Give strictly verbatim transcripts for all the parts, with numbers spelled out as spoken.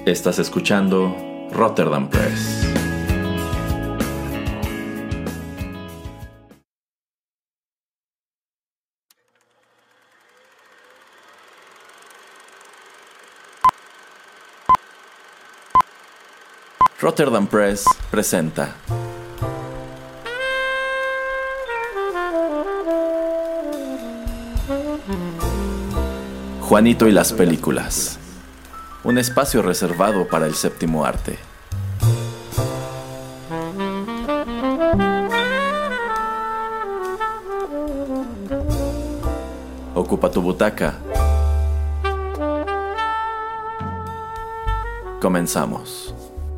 Estás escuchando Rotterdam Press. Rotterdam Press presenta Juanito y las películas, un espacio reservado para el séptimo arte. Ocupa tu butaca. Comenzamos.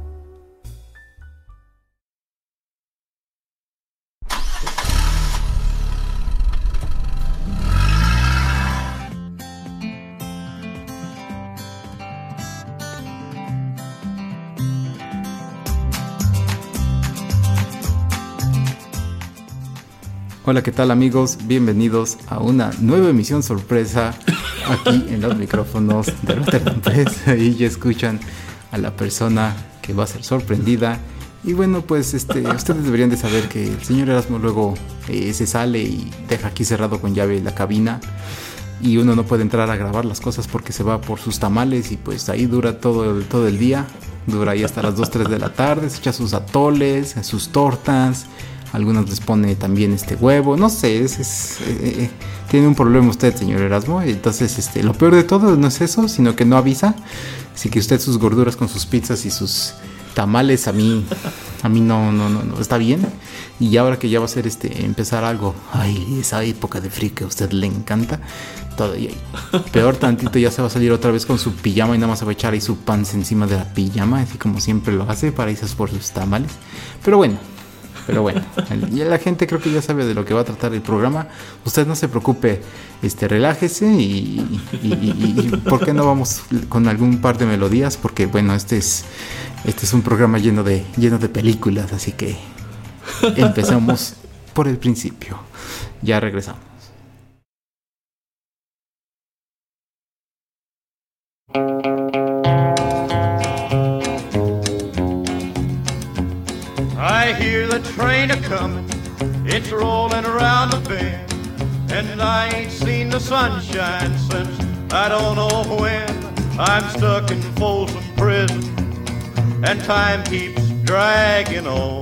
Hola, ¿qué tal amigos? Bienvenidos a una nueva emisión sorpresa aquí en los micrófonos de Rotterdam Press. Ahí ya escuchan a la persona que va a ser sorprendida. Y bueno, pues este, ustedes deberían de saber que el señor Erasmo luego eh, se sale y deja aquí cerrado con llave la cabina. Y uno no puede entrar a grabar las cosas porque se va por sus tamales y pues ahí dura todo el, todo el día. Dura ahí hasta las dos, tres de la tarde, se echa sus atoles, sus tortas. Algunos les pone también este huevo, no sé, es, es, eh, eh, tiene un problema usted, señor Erasmo. Entonces, este, lo peor de todo no es eso, sino que no avisa. Así que usted sus gorduras con sus pizzas y sus tamales, a mí, a mí no, no, no, no está bien. Y ahora que ya va a ser este, empezar algo, ay, esa época de frío que a usted le encanta, todavía peor tantito ya se va a salir otra vez con su pijama y nada más se va a echar ahí su pants encima de la pijama, así como siempre lo hace para irse por sus tamales. Pero bueno. Pero bueno, ya la gente creo que ya sabe de lo que va a tratar el programa. Usted no se preocupe, este, relájese y, y, y, y ¿por qué no vamos con algún par de melodías? Porque bueno, este es este es un programa lleno de lleno de películas, así que empezamos por el principio. Ya regresamos. I hear the train a-comin', it's rollin' around the bend, and I ain't seen the sunshine since I don't know when. I'm stuck in Folsom Prison, and time keeps dragging on.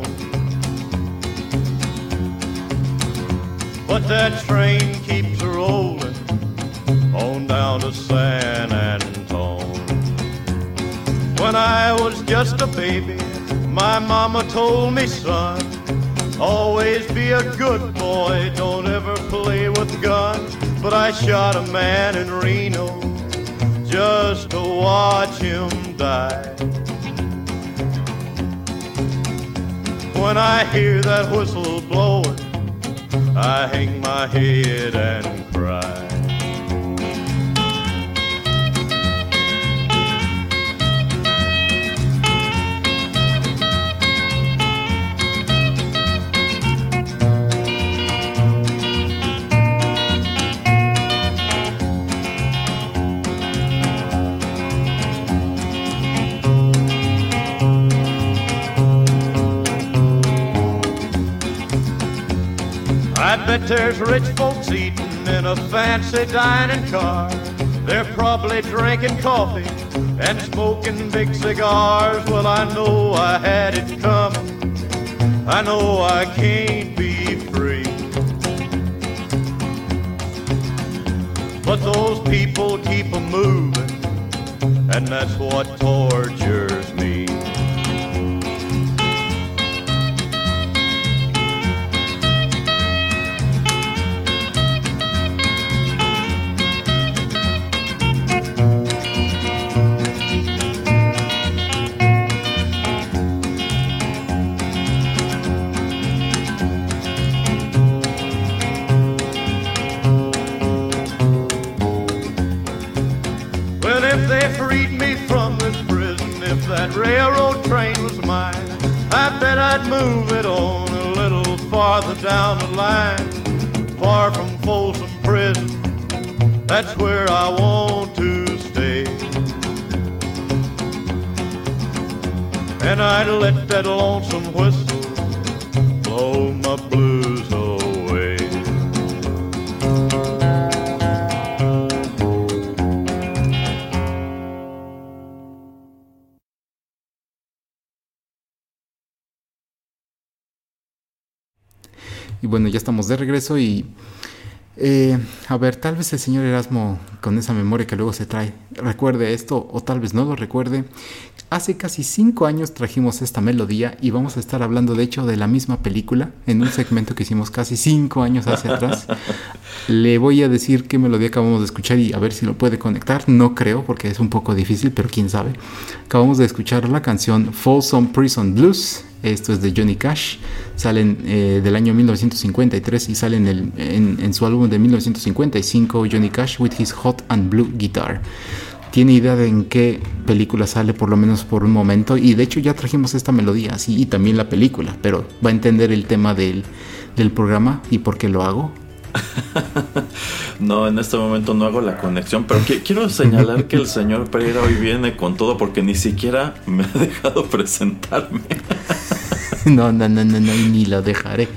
But that train keeps rollin' on down to San Antone. When I was just a baby, my mama told me, son, always be a good boy, don't ever play with guns. But I shot a man in Reno just to watch him die. When I hear that whistle blowing, I hang my head and cry. I bet there's rich folks eating in a fancy dining car. They're probably drinking coffee and smoking big cigars. Well, I know I had it coming, I know I can't be free. But those people keep a moving, and that's what tortures me. Freed me from this prison. If that railroad train was mine, I bet I'd move it on a little farther down the line, far from Folsom Prison. That's where I want to stay. I'd let that lonesome whistle blow my blues away. Y bueno, ya estamos de regreso y eh, a ver, tal vez el señor Erasmo, con esa memoria que luego se trae, recuerde esto o tal vez no lo recuerde. Hace casi cinco años trajimos esta melodía y vamos a estar hablando de hecho de la misma película en un segmento que hicimos casi cinco años hacia atrás. Le voy a decir qué melodía acabamos de escuchar y a ver si lo puede conectar. No creo porque es un poco difícil, pero quién sabe. Acabamos de escuchar la canción Folsom Prison Blues. Esto es de Johnny Cash. Salen eh, del año mil novecientos cincuenta y tres y salen en, en, en su álbum de mil novecientos cincuenta y cinco, Johnny Cash with his hot and blue guitar. ¿Tiene idea de en qué película sale por lo menos por un momento? Y de hecho ya trajimos esta melodía, sí, y también la película, pero va a entender el tema del, del programa y por qué lo hago. No, en este momento no hago la conexión, pero qu- quiero señalar que el señor Pereira hoy viene con todo porque ni siquiera me ha dejado presentarme. No, no, no, no, no, ni lo dejaré.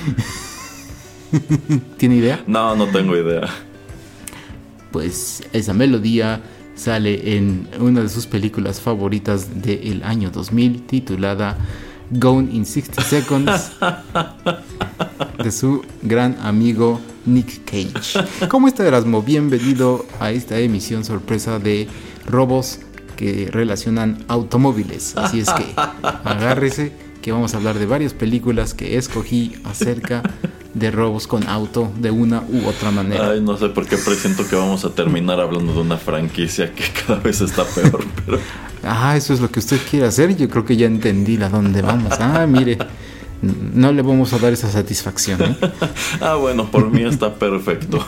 ¿Tiene idea? No, no tengo idea. Pues esa melodía sale en una de sus películas favoritas del año dos mil, titulada Gone in sixty seconds, de su gran amigo Nick Cage. ¿Cómo está, Erasmo? Bienvenido a esta emisión sorpresa de robos que relacionan automóviles. Así es que agárrese, que vamos a hablar de varias películas que escogí acerca de robos con auto de una u otra manera. Ay, no sé por qué presiento que vamos a terminar hablando de una franquicia que cada vez está peor, pero... Ah, eso es lo que usted quiere hacer. Yo creo que ya entendí a dónde vamos. Ah, mire, no le vamos a dar esa satisfacción, ¿eh? Ah, bueno, por mí está perfecto.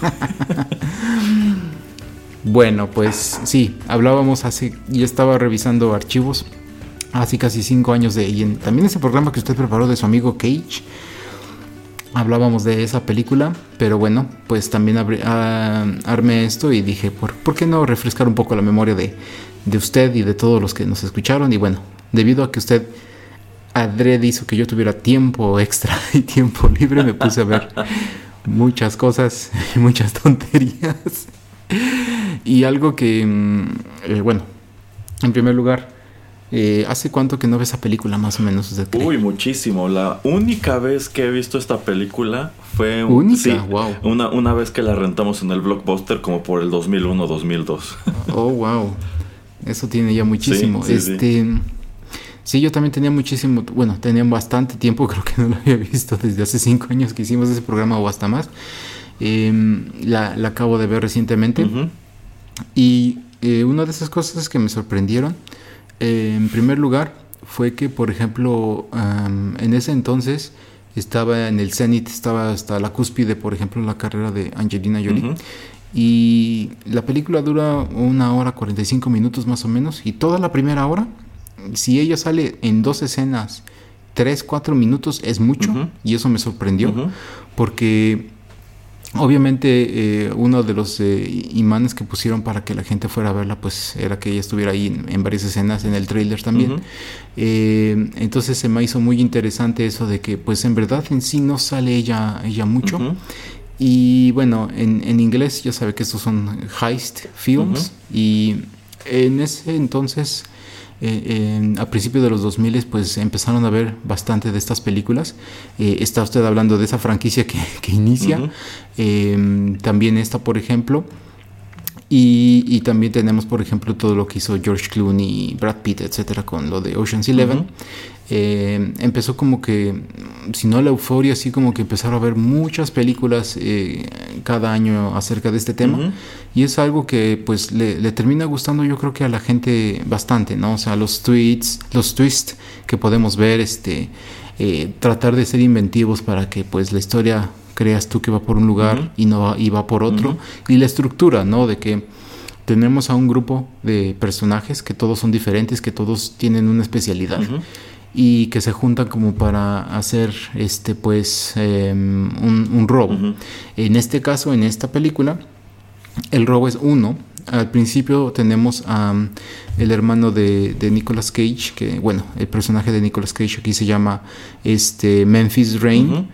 Bueno, pues sí, hablábamos hace... Yo estaba revisando archivos hace casi cinco años de... Y en, también ese programa que usted preparó de su amigo Cage, hablábamos de esa película, pero bueno, pues también abre, uh, armé esto y dije, ¿por, ¿por qué no refrescar un poco la memoria de, de usted y de todos los que nos escucharon? Y bueno, debido a que usted adrede hizo que yo tuviera tiempo extra y tiempo libre, me puse a ver muchas cosas, muchas tonterías. Y algo que, eh, bueno, en primer lugar, Eh, ¿hace cuánto que no ves esa película, más o menos? ¿Usted cree? Uy, muchísimo. La única vez que he visto esta película fue... ¿Única? Sí, Wow. Una, una vez que la rentamos en el Blockbuster como por el dos mil uno, dos mil dos. Oh, wow. Eso tiene ya muchísimo. Sí, sí, este... Sí. Sí, yo también tenía muchísimo... Bueno, tenía bastante tiempo. Creo que no lo había visto desde hace cinco años que hicimos ese programa o hasta más. Eh, la, la acabo de ver recientemente. Uh-huh. Y eh, una de esas cosas que me sorprendieron... Eh, en primer lugar, fue que, por ejemplo, um, en ese entonces estaba en el cenit, estaba hasta la cúspide, por ejemplo, la carrera de Angelina Jolie. Uh-huh. Y la película dura una hora cuarenta y cinco minutos más o menos. Y toda la primera hora, si ella sale en dos escenas, tres, cuatro minutos, es mucho. Uh-huh. Y eso me sorprendió. Uh-huh. Porque... Obviamente eh, uno de los eh, imanes que pusieron para que la gente fuera a verla pues era que ella estuviera ahí en, en varias escenas, en el tráiler también. Uh-huh. eh, entonces se me hizo muy interesante eso de que pues en verdad en sí no sale ella, ella mucho. Uh-huh. Y bueno, en, en inglés ya sabe que estos son heist films. Uh-huh. Y en ese entonces... Eh, eh, a principios de los dos mil pues empezaron a ver bastante de estas películas. Eh, está usted hablando de esa franquicia que, que inicia. Uh-huh. eh, también esta, por ejemplo. Y, y también tenemos, por ejemplo, todo lo que hizo George Clooney, Brad Pitt, etcétera, con lo de Ocean's Eleven. Uh-huh. Eh, empezó como que, si no la euforia, sí como que empezaron a ver muchas películas eh, cada año acerca de este tema. Uh-huh. Y es algo que pues le, le termina gustando, yo creo que a la gente bastante, ¿no? O sea, los tweets, los twists que podemos ver, este, eh, tratar de ser inventivos para que pues la historia creas tú que va por un lugar uh-huh. y no va, y va por otro. Uh-huh. Y la estructura, ¿no? De que tenemos a un grupo de personajes que todos son diferentes, que todos tienen una especialidad. Uh-huh. Y que se juntan como para hacer este pues eh, un, un robo. Uh-huh. En este caso, en esta película, el robo es uno Al principio tenemos a um, el hermano de, de Nicolas Cage, que bueno, el personaje de Nicolas Cage aquí se llama este Memphis Rain, uh-huh.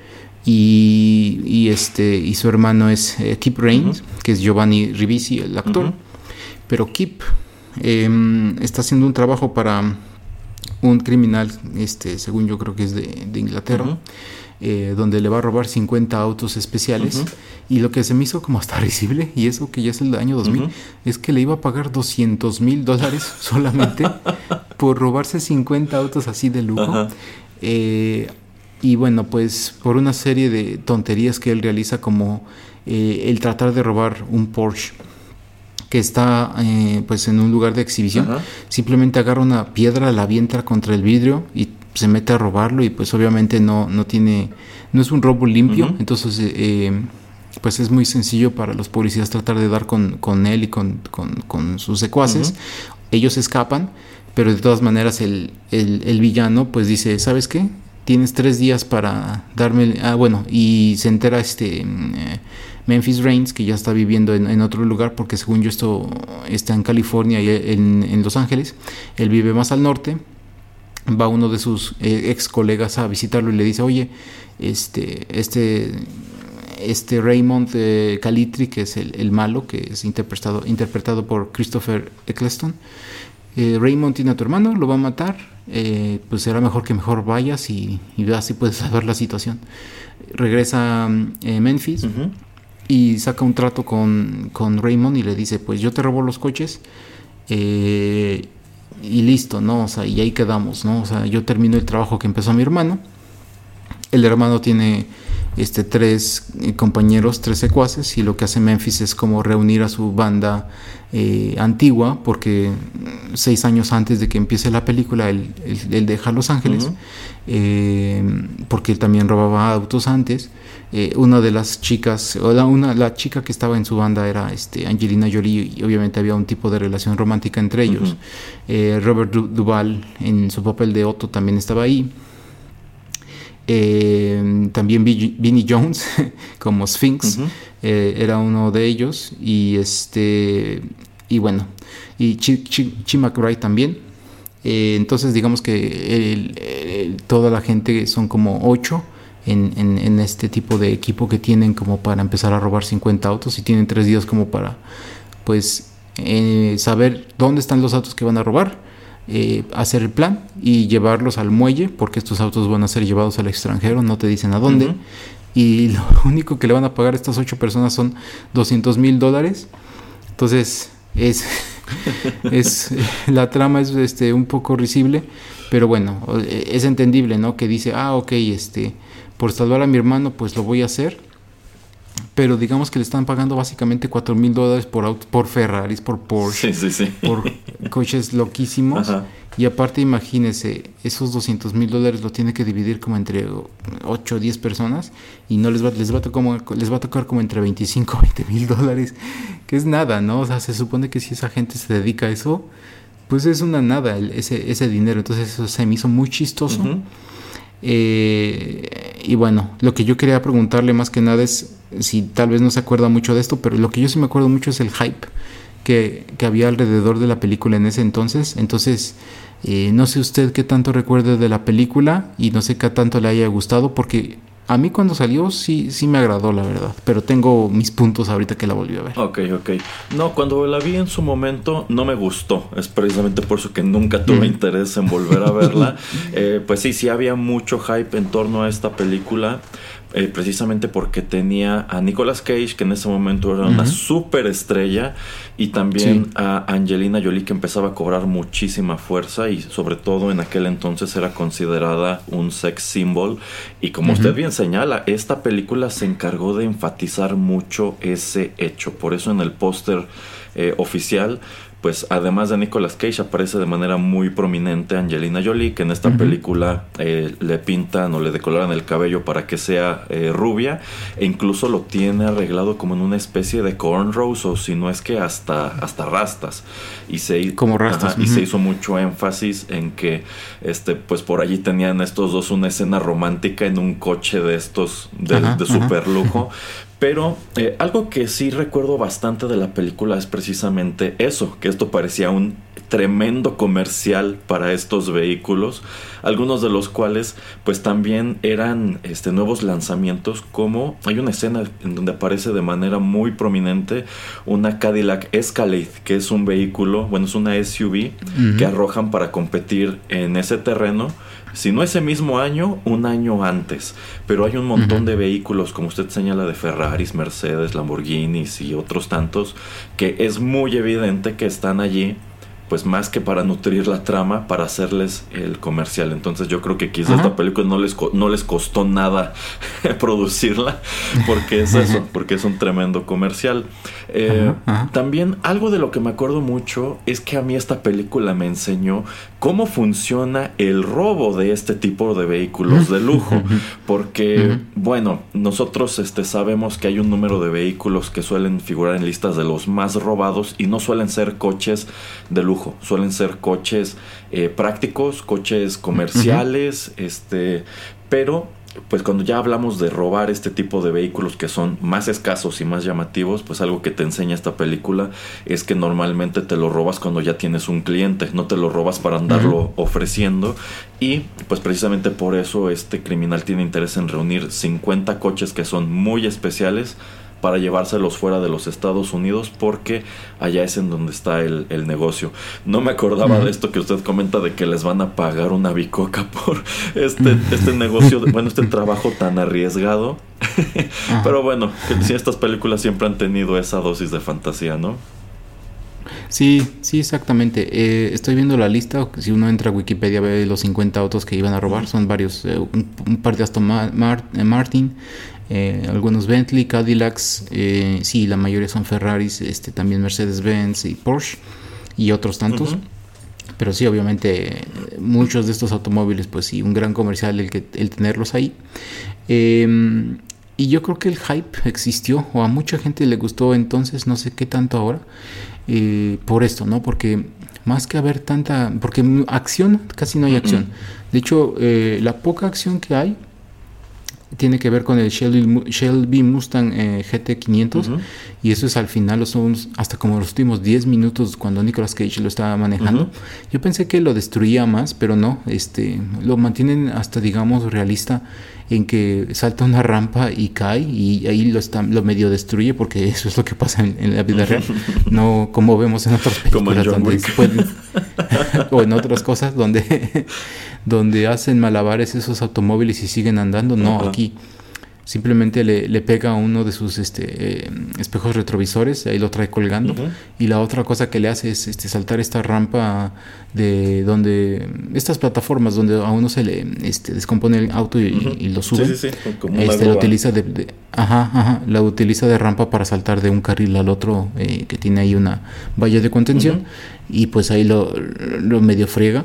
y, y este y su hermano es eh, Kip Raines, uh-huh. que es Giovanni Ribisi, el actor. Uh-huh. Pero Kip eh, está haciendo un trabajo para un criminal, este, según yo creo que es de, de Inglaterra. Uh-huh. Eh, donde le va a robar cincuenta autos especiales, uh-huh. y lo que se me hizo como hasta risible, y eso que ya es el año dos mil, uh-huh. es que le iba a pagar doscientos mil dólares solamente por robarse cincuenta autos así de lujo. Uh-huh. eh, y bueno, pues por una serie de tonterías que él realiza, como eh, el tratar de robar un Porsche que está eh, pues en un lugar de exhibición. Uh-huh. Simplemente agarra una piedra, la avienta contra el vidrio y se mete a robarlo, y pues obviamente no, no tiene, no es un robo limpio. Uh-huh. Entonces eh, pues es muy sencillo para los policías tratar de dar con, con él y con, con, con sus secuaces. Uh-huh. Ellos escapan, pero de todas maneras el, el, el villano pues dice, ¿sabes qué? Tienes tres días para darme... Ah, bueno, y se entera este... Eh, Memphis Raines, que ya está viviendo en, en otro lugar, porque según yo esto está en California y en, en Los Ángeles. Él vive más al norte. Va uno de sus eh, ex colegas a visitarlo y le dice, oye, este este este Raymond eh, Calitri, que es el, el malo, que es interpretado interpretado por Christopher Eccleston, eh, Raymond tiene a tu hermano, lo va a matar, eh, pues será mejor que mejor vayas y, y veas si puedes salvar la situación. Regresa eh, Memphis, uh-huh. y saca un trato con, con Raymond y le dice, pues yo te robo los coches, eh, y listo, ¿no? O sea, y ahí quedamos, ¿no? O sea, yo termino el trabajo que empezó mi hermano. El hermano tiene este tres eh, compañeros, tres secuaces, y lo que hace Memphis es como reunir a su banda eh, antigua, porque seis años antes de que empiece la película él, él, él deja Los Ángeles, uh-huh. eh, porque él también robaba autos antes. Eh, una de las chicas, o la, una, la chica que estaba en su banda era este, Angelina Jolie, y obviamente había un tipo de relación romántica entre ellos. Uh-huh. eh, Robert du- Duvall en su papel de Otto también estaba ahí. Eh, también Vinnie Jones como Sphinx, uh-huh. eh, era uno de ellos, y este y bueno y Chi, Chi, Chi McBride también. Eh, entonces digamos que el, el, toda la gente son como ocho en, en, en este tipo de equipo que tienen como para empezar a robar cincuenta autos, y tienen tres días como para pues eh, saber dónde están los autos que van a robar, Eh, hacer el plan y llevarlos al muelle, porque estos autos van a ser llevados al extranjero, no te dicen a dónde. Uh-huh. Y lo único que le van a pagar a estas ocho personas son doscientos mil dólares. Entonces es, es la trama es este un poco risible, pero bueno, es entendible, ¿no? Que dice, ah, ok, este por salvar a mi hermano pues lo voy a hacer. Pero digamos que le están pagando básicamente cuatro mil dólares por auto, por Ferraris, por Porsche, sí, sí, sí. por coches loquísimos. Ajá. Y aparte imagínense, esos doscientos mil dólares lo tiene que dividir como entre ocho o diez personas, y no les va, les va a tocar como, les va a tocar como entre veinticinco o veinte mil dólares, que es nada, ¿no? O sea, se supone que si esa gente se dedica a eso, pues es una nada el, ese, ese dinero. Entonces eso se me hizo muy chistoso. Uh-huh. Eh, y bueno, lo que yo quería preguntarle más que nada es si tal vez no se acuerda mucho de esto, pero lo que yo sí me acuerdo mucho es el hype que, que había alrededor de la película en ese entonces. Entonces eh, no sé usted qué tanto recuerde de la película, y no sé qué tanto le haya gustado, porque a mí cuando salió sí, sí me agradó, la verdad, pero tengo mis puntos ahorita que la volví a ver. Ok, ok. No, cuando la vi en su momento no me gustó. Es precisamente por eso que nunca tuve mm. interés en volver a verla. eh, pues sí, sí había mucho hype en torno a esta película. Eh, precisamente porque tenía a Nicolas Cage, que en ese momento era una uh-huh. súper estrella, y también sí. a Angelina Jolie, que empezaba a cobrar muchísima fuerza, y sobre todo en aquel entonces era considerada un sex symbol. Y como uh-huh. usted bien señala, esta película se encargó de enfatizar mucho ese hecho. Por eso en el póster eh, oficial, pues además de Nicolas Cage aparece de manera muy prominente Angelina Jolie, que en esta uh-huh. película eh, le pintan o le decoloran el cabello para que sea eh, rubia, e incluso lo tiene arreglado como en una especie de cornrows, o si no es que hasta, hasta rastas. Y se, como rastas. Ajá, uh-huh. Y se hizo mucho énfasis en que este, pues por allí tenían estos dos una escena romántica en un coche de estos de, uh-huh. de super lujo. Pero eh, algo que sí recuerdo bastante de la película es precisamente eso, que esto parecía un tremendo comercial para estos vehículos, algunos de los cuales pues también eran este, nuevos lanzamientos, como hay una escena en donde aparece de manera muy prominente una Cadillac Escalade, que es un vehículo, bueno, es una S U V uh-huh. que arrojan para competir en ese terreno. Si no ese mismo año, un año antes. Pero hay un montón uh-huh. de vehículos, como usted señala, de Ferraris, Mercedes, Lamborghinis y otros tantos, que es muy evidente que están allí, pues más que para nutrir la trama, para hacerles el comercial. Entonces yo creo que quizás uh-huh. esta película no les, co- no les costó nada producirla, porque es eso, porque es un tremendo comercial. Eh, uh-huh. Uh-huh. También algo de lo que me acuerdo mucho es que a mí esta película me enseñó cómo funciona el robo de este tipo de vehículos de lujo, porque uh-huh. bueno, nosotros este, sabemos que hay un número de vehículos que suelen figurar en listas de los más robados y no suelen ser coches de lujo. Suelen ser coches eh, prácticos, coches comerciales, uh-huh. este, pero pues cuando ya hablamos de robar este tipo de vehículos que son más escasos y más llamativos, pues algo que te enseña esta película es que normalmente te lo robas cuando ya tienes un cliente, no te lo robas para andarlo uh-huh. ofreciendo, y pues precisamente por eso este criminal tiene interés en reunir cincuenta coches que son muy especiales para llevárselos fuera de los Estados Unidos, porque allá es en donde está el, el negocio. No me acordaba uh-huh. de esto que usted comenta, de que les van a pagar una bicoca por este, este negocio, de, bueno, este trabajo tan arriesgado. Uh-huh. Pero bueno, que sí, estas películas siempre han tenido esa dosis de fantasía, ¿no? Sí, sí, exactamente. Eh, estoy viendo la lista. Si uno entra a Wikipedia, ve los cincuenta autos que iban a robar. Son varios, eh, un, un par de Aston Mar- eh, Martin, eh, algunos Bentley, Cadillacs. Eh, sí, la mayoría son Ferraris, este, también Mercedes-Benz y Porsche y otros tantos. Uh-huh. Pero sí, obviamente, muchos de estos automóviles, pues sí, un gran comercial el, que, el tenerlos ahí. Eh, y yo creo que el hype existió, o a mucha gente le gustó entonces, no sé qué tanto ahora. Eh, por esto, ¿no? Porque más que haber tanta... Porque acción, casi no hay acción. De hecho, eh, la poca acción que hay tiene que ver con el Shelby, Shelby Mustang eh, G T quinientos. Uh-huh. Y eso es al final, son hasta como los últimos diez minutos cuando Nicolas Cage lo estaba manejando. Uh-huh. Yo pensé que lo destruía más, pero no. este Lo mantienen hasta, digamos, realista, en que salta una rampa y cae, y ahí lo, está, lo medio destruye, porque eso es lo que pasa en, en la vida real, no como vemos en otras películas donde pueden, o en otras cosas donde donde hacen malabares esos automóviles y siguen andando. No, uh-huh. aquí simplemente le, le pega a uno de sus este, eh, espejos retrovisores, ahí lo trae colgando, uh-huh. y la otra cosa que le hace es este, saltar esta rampa de donde, estas plataformas donde a uno se le este, descompone el auto y, uh-huh. y lo sube. Sí, sí, sí. Como este, lo utiliza de, de, ajá, ajá, la utiliza de rampa para saltar de un carril al otro, eh, que tiene ahí una valla de contención, uh-huh. y pues ahí lo, lo medio friega.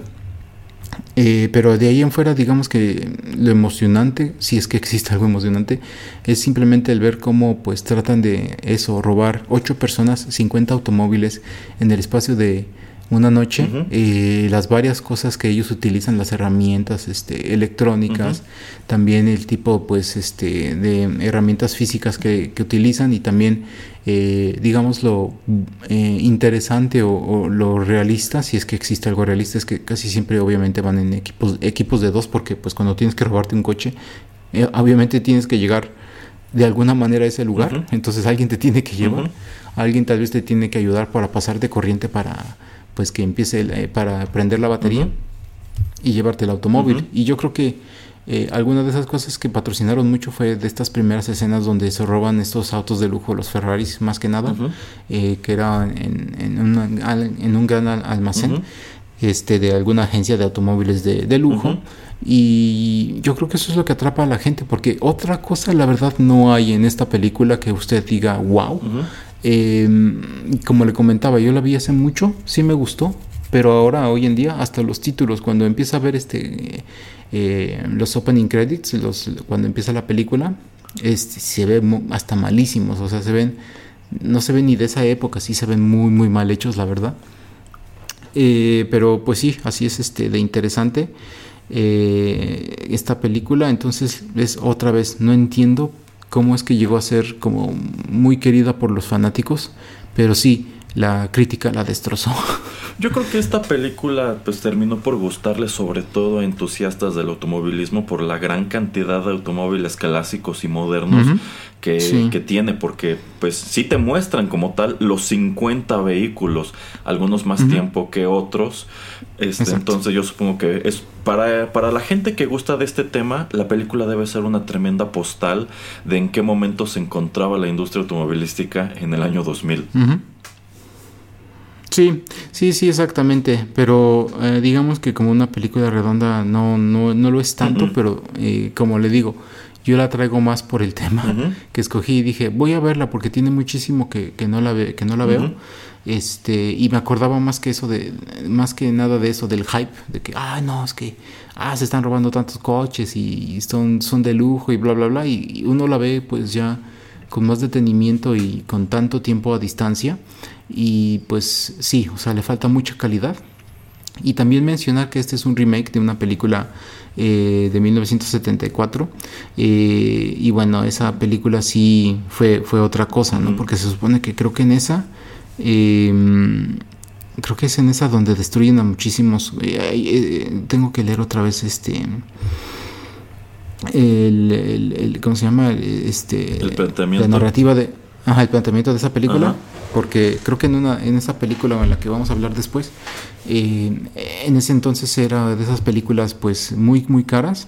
Eh, pero de ahí en fuera, digamos que lo emocionante, si es que existe algo emocionante, es simplemente el ver cómo pues tratan de eso, robar ocho personas, cincuenta automóviles en el espacio de una noche. Uh-huh. eh, las varias cosas que ellos utilizan, las herramientas este, electrónicas, uh-huh. también el tipo pues este de herramientas físicas que, que utilizan, y también eh, digamos lo eh, interesante o, o lo realista, si es que existe algo realista, es que casi siempre obviamente van en equipos equipos de dos, porque pues cuando tienes que robarte un coche, eh, obviamente tienes que llegar de alguna manera a ese lugar. Uh-huh. Entonces alguien te tiene que llevar, uh-huh. alguien tal vez te tiene que ayudar para pasar de corriente, para pues que empiece eh, para prender la batería, uh-huh. y llevarte el automóvil. Uh-huh. Y yo creo que eh, alguna de esas cosas que patrocinaron mucho fue de estas primeras escenas donde se roban estos autos de lujo, los Ferraris más que nada, uh-huh. eh, que era en, en, una, en un gran almacén, uh-huh. este, de alguna agencia de automóviles de, de lujo. Uh-huh. Y yo creo que eso es lo que atrapa a la gente, porque otra cosa la verdad no hay en esta película que usted diga wow. Uh-huh. Eh, como le comentaba, yo la vi hace mucho, sí me gustó, pero ahora, hoy en día, hasta los títulos, cuando empieza a ver este eh, los opening credits, los, cuando empieza la película, este, se ve hasta malísimos, o sea, se ven, no se ven ni de esa época, sí se ven muy, muy mal hechos, la verdad. Eh, pero pues sí, así es este de interesante eh, esta película. Entonces es otra vez, no entiendo cómo es que llegó a ser como muy querida por los fanáticos, pero sí, la crítica la destrozó. Yo creo que esta película pues terminó por gustarle sobre todo a entusiastas del automovilismo por la gran cantidad de automóviles clásicos y modernos uh-huh. que, sí. que tiene, porque pues sí te muestran como tal los cincuenta vehículos, algunos más uh-huh. tiempo que otros. Este, entonces yo supongo que es para, para la gente que gusta de este tema, la película debe ser una tremenda postal de en qué momento se encontraba la industria automovilística en el año dos mil. Uh-huh. Sí, sí, sí, exactamente, pero eh, digamos que como una película redonda no, no, no lo es tanto, uh-huh. pero eh, como le digo, yo la traigo más por el tema uh-huh. que escogí y dije, voy a verla porque tiene muchísimo que, que no la ve, que no la uh-huh. veo, este, y me acordaba más que eso de, más que nada de eso del hype, de que, ah, no, es que, ah, se están robando tantos coches y son, son de lujo y bla, bla, bla, y, y uno la ve pues ya con más detenimiento y con tanto tiempo a distancia. Y pues sí, o sea, le falta mucha calidad. Y también mencionar que este es un remake de una película eh, de mil novecientos setenta y cuatro. Eh, y bueno, esa película sí fue, fue otra cosa, ¿no? Porque se supone que creo que en esa... Eh, creo que es en esa donde destruyen a muchísimos... Eh, eh, tengo que leer otra vez este... El, el, el, ¿cómo se llama? Este, el planteamiento. La narrativa de... Ajá, el planteamiento de esa película. Ajá. Porque creo que en una en esa película en la que vamos a hablar después, eh, en ese entonces era de esas películas pues muy muy caras,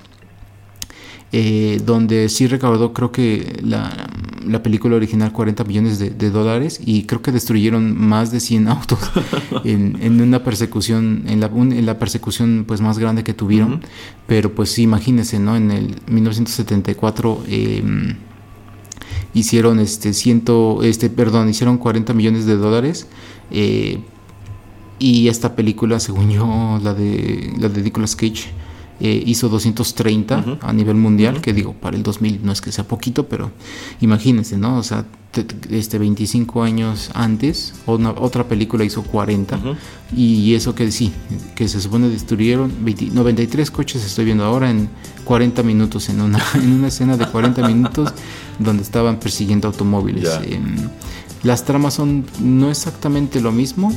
eh, donde sí recaudó creo que la, la película original cuarenta millones de, de dólares y creo que destruyeron más de cien autos en, en una persecución, en la, un, en la persecución pues más grande que tuvieron, uh-huh. pero pues sí, imagínense, ¿no? En el mil novecientos setenta y cuatro eh, hicieron este ciento este perdón hicieron cuarenta millones de dólares eh, y esta película según yo la de la de Nicolas Cage eh, hizo doscientos treinta uh-huh. a nivel mundial, uh-huh. que digo para el dos mil no es que sea poquito, pero imagínense, ¿no? O sea, te, este veinticinco años antes una, otra película hizo cuarenta uh-huh. y eso que sí, que se supone destruyeron veinte, noventa y tres coches, estoy viendo ahora en cuarenta minutos, en una en una escena de cuarenta minutos donde estaban persiguiendo automóviles. Yeah. Eh, las tramas son no exactamente lo mismo,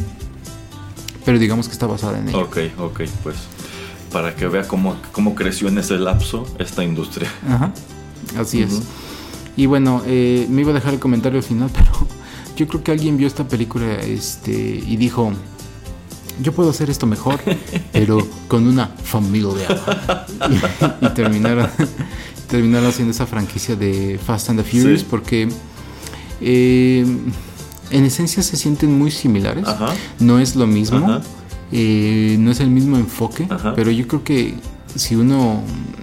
pero digamos que está basada en ello. Ok, ok, pues para que vea cómo, cómo creció en ese lapso esta industria. Ajá, así uh-huh. es. Y bueno, eh, me iba a dejar el comentario al final, pero yo creo que alguien vio esta película este, y dijo, yo puedo hacer esto mejor, pero con una familia. y, y terminaron, terminaron haciendo esa franquicia de Fast and the Furious, sí. porque eh, en esencia se sienten muy similares. Ajá. No es lo mismo. Ajá. Eh, no es el mismo enfoque, ajá. pero yo creo que si uno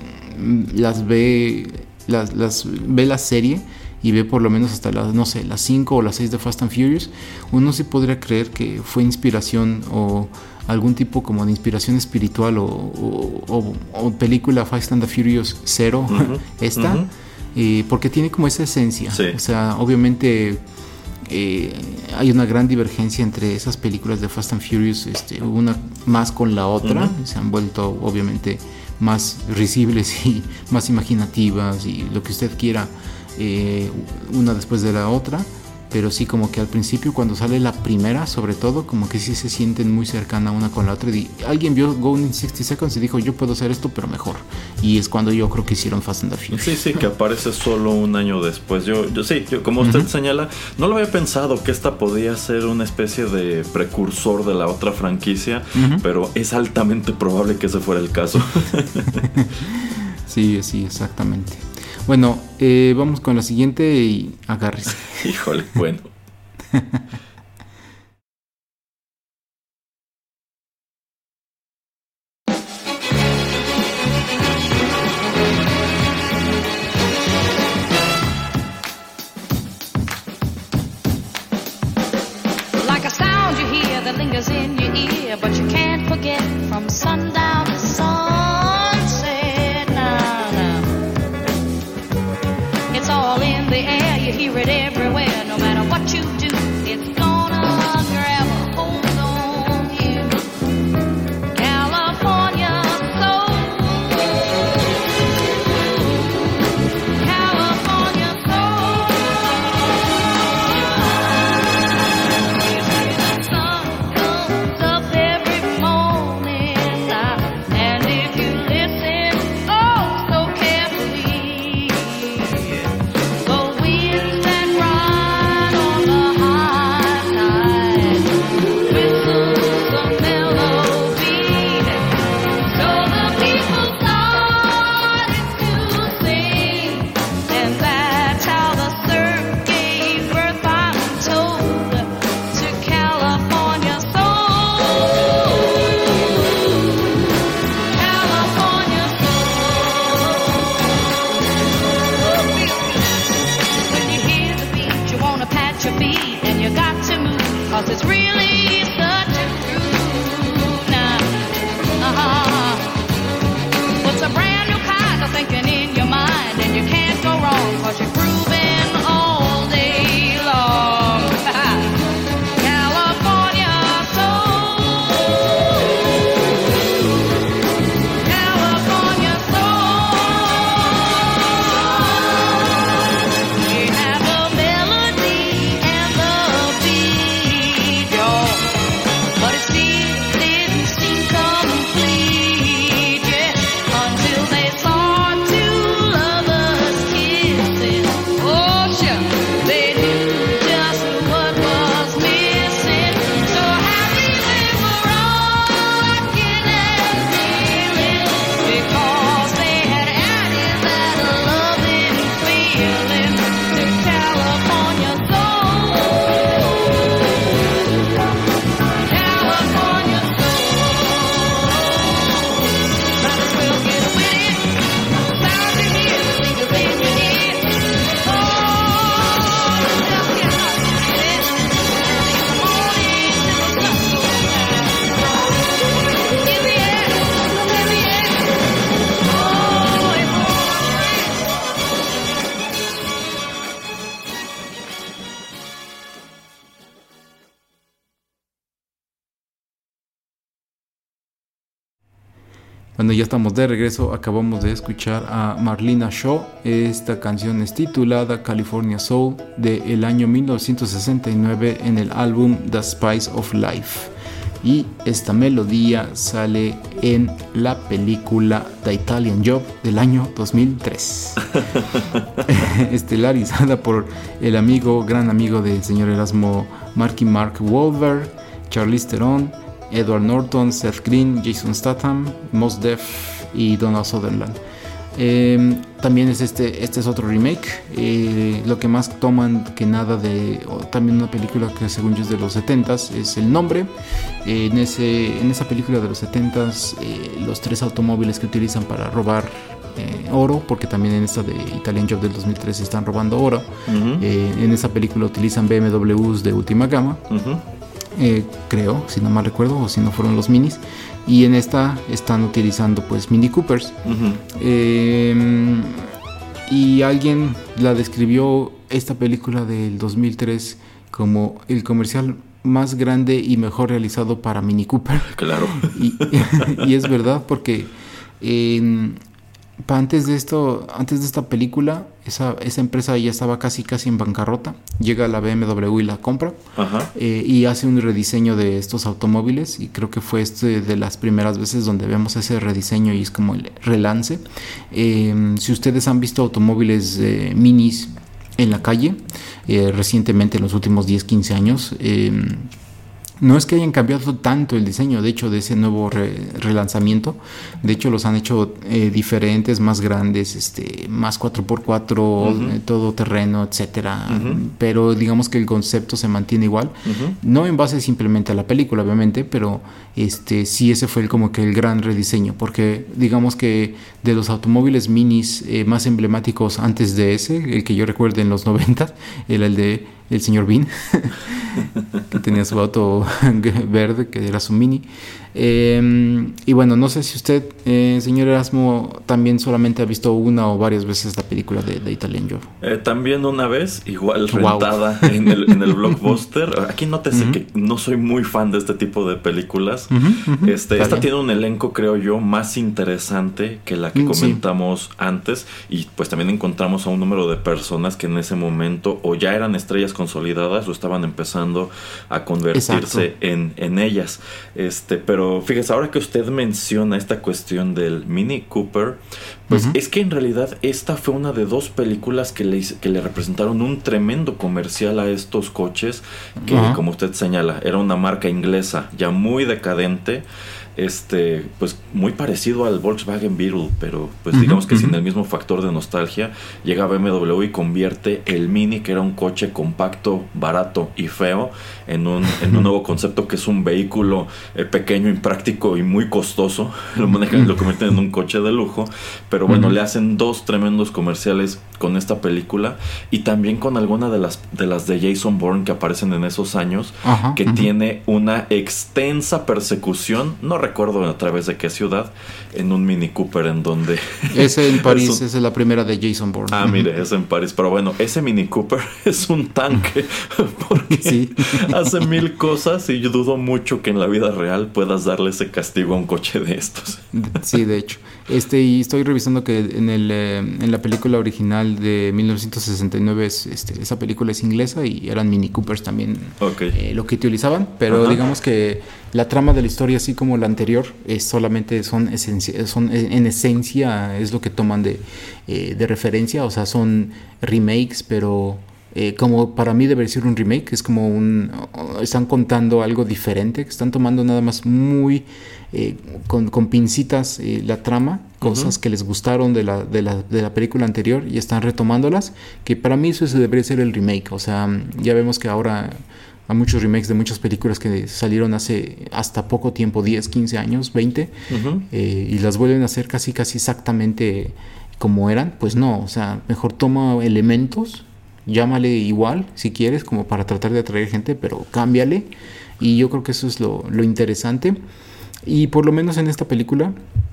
las ve las, las ve la serie y ve por lo menos hasta las, no sé, las cinco o las seis de Fast and Furious, uno sí podría creer que fue inspiración o algún tipo como de inspiración espiritual o, o, o, o película Fast and the Furious cero, uh-huh. esta, uh-huh. eh, porque tiene como esa esencia, sí. o sea, obviamente Eh, hay una gran divergencia entre esas películas de Fast and Furious, este, una más con la otra, uh-huh. se han vuelto obviamente más risibles y más imaginativas y lo que usted quiera, eh, una después de la otra, pero sí como que al principio cuando sale la primera sobre todo como que sí se sienten muy cercana una con la otra y alguien vio Gone in sixty seconds y dijo yo puedo hacer esto pero mejor, y es cuando yo creo que hicieron Fast and the Furious. Sí, sí, que aparece solo un año después. Yo, yo sí, yo, como usted uh-huh. señala, no lo había pensado que esta podía ser una especie de precursor de la otra franquicia, uh-huh. pero es altamente probable que ese fuera el caso. Sí, sí, exactamente. Bueno, eh, vamos con la siguiente y agárrese. Híjole, bueno. Like a sound you hear that lingers in your ear, but you can't forget from sundown to sunset. Now, now. It's all in the air, you hear it everywhere. No matter what you do, it's gonna grab a hold on you. California soul, California soul. Bueno, ya estamos de regreso. Acabamos de escuchar a Marlena Shaw. Esta canción es titulada California Soul, del año mil novecientos sesenta y nueve, en el álbum The Spice of Life. Y esta melodía sale en la película The Italian Job del año dos mil tres. Estelarizada por el amigo, gran amigo del señor Erasmo, Marky Mark Wahlberg, Charlize Theron, Edward Norton, Seth Green, Jason Statham, Mos Def y Donald Sutherland. Eh, también es este, este es otro remake. Eh, lo que más toman que nada de o también una película que según yo es de los setentas es el nombre. Eh, en, ese, en esa película de los setentas, eh, los tres automóviles que utilizan para robar eh, oro, porque también en esta de Italian Job del dos mil tres están robando oro. Uh-huh. Eh, en esa película utilizan B M Ws de última gama. Uh-huh. Eh, creo, si no mal recuerdo, o si no fueron los minis, y en esta están utilizando pues Mini Coopers. Uh-huh. eh, y alguien la describió, esta película del dos mil tres, como el comercial más grande y mejor realizado para Mini Cooper. Claro. Y, y es verdad, porque eh, antes de esto, antes de esta película, esa, esa empresa ya estaba casi casi en bancarrota. Llega la B M W y la compra. Ajá. Eh, y hace un rediseño de estos automóviles, y creo que fue este de las primeras veces donde vemos ese rediseño y es como el relance. Eh, si ustedes han visto automóviles eh, minis en la calle eh, recientemente, en los últimos diez, quince años, eh, no es que hayan cambiado tanto el diseño, de hecho, de ese nuevo re- relanzamiento. De hecho, los han hecho eh, diferentes, más grandes, este, más cuatro por cuatro, uh-huh. eh, todo terreno, etcétera. Uh-huh. Pero digamos que el concepto se mantiene igual. Uh-huh. No en base simplemente a la película, obviamente, pero este, sí, ese fue el, como que el gran rediseño. Porque digamos que de los automóviles minis eh, más emblemáticos antes de ese, el que yo recuerdo en los noventa, era el de el señor Bean, que tenía su auto verde, que era su mini. Eh, y bueno, no sé si usted, eh, señor Erasmo, también solamente ha visto una o varias veces la película de, de Italian Job. Eh, también una vez, igual rentada wow. en, el, en el Blockbuster. Aquí nótese uh-huh. que no soy muy fan de este tipo de películas. Uh-huh, uh-huh. Este, esta tiene un elenco, creo yo, más interesante que la que uh-huh. comentamos sí. antes. Y pues también encontramos a un número de personas que en ese momento o ya eran estrellas consolidadas o estaban empezando a convertirse en, en ellas. Este, pero fíjese, ahora que usted menciona esta cuestión del Mini Cooper, pues uh-huh. es que en realidad esta fue una de dos películas que le, que le representaron un tremendo comercial a estos coches que, uh-huh. como usted señala, era una marca inglesa ya muy decadente. Este, pues muy parecido al Volkswagen Beetle, pero pues uh-huh, digamos que uh-huh. sin el mismo factor de nostalgia. Llega B M W y convierte el Mini, que era un coche compacto, barato y feo, en un, en un nuevo concepto que es un vehículo eh, pequeño, impráctico y muy costoso. Lo manejan y lo convierten en un coche de lujo. Pero bueno, uh-huh. le hacen dos tremendos comerciales con esta película y también con alguna de las de las de Jason Bourne que aparecen en esos años, uh-huh, que uh-huh. tiene una extensa persecución, no recuerdo a través de qué ciudad, en un Mini Cooper en donde... Ese en París, es un... esa es la primera de Jason Bourne. Ah, mire, es en París. Pero bueno, ese Mini Cooper es un tanque porque sí. hace mil cosas y yo dudo mucho que en la vida real puedas darle ese castigo a un coche de estos. Sí, de hecho. Este, y estoy revisando que en, el, eh, en la película original de mil novecientos sesenta y nueve es, este, esa película es inglesa y eran Mini Coopers también, okay. eh, lo que utilizaban, pero Ajá. digamos que la trama de la historia, así como la anterior, es solamente son, esencia, son en esencia es lo que toman de, eh, de referencia, o sea, son remakes, pero... Eh, como para mí debe ser un remake, es como un... Están contando algo diferente, que están tomando nada más muy... Eh, con, con pincitas eh, la trama, cosas uh-huh. que les gustaron de la, de, la, de la película anterior y están retomándolas, que para mí eso debería ser el remake. O sea, ya vemos que ahora hay muchos remakes de muchas películas que salieron hace hasta poco tiempo, diez, quince años, veinte, uh-huh. eh, y las vuelven a hacer casi casi exactamente como eran. Pues no, o sea, mejor toma elementos, llámale igual si quieres, como para tratar de atraer gente, pero cámbiale, y yo creo que eso es lo, lo interesante. Y por lo menos en esta película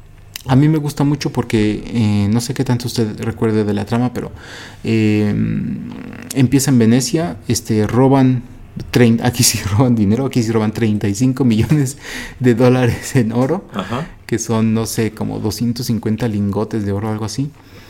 a mí me gusta mucho porque eh, no sé qué tanto usted recuerde de la trama, pero eh, empieza en Venecia, este, roban treinta, aquí sí roban dinero, aquí sí roban treinta y cinco millones de dólares en oro, Ajá. que son, no sé, como doscientos cincuenta lingotes de oro, algo así.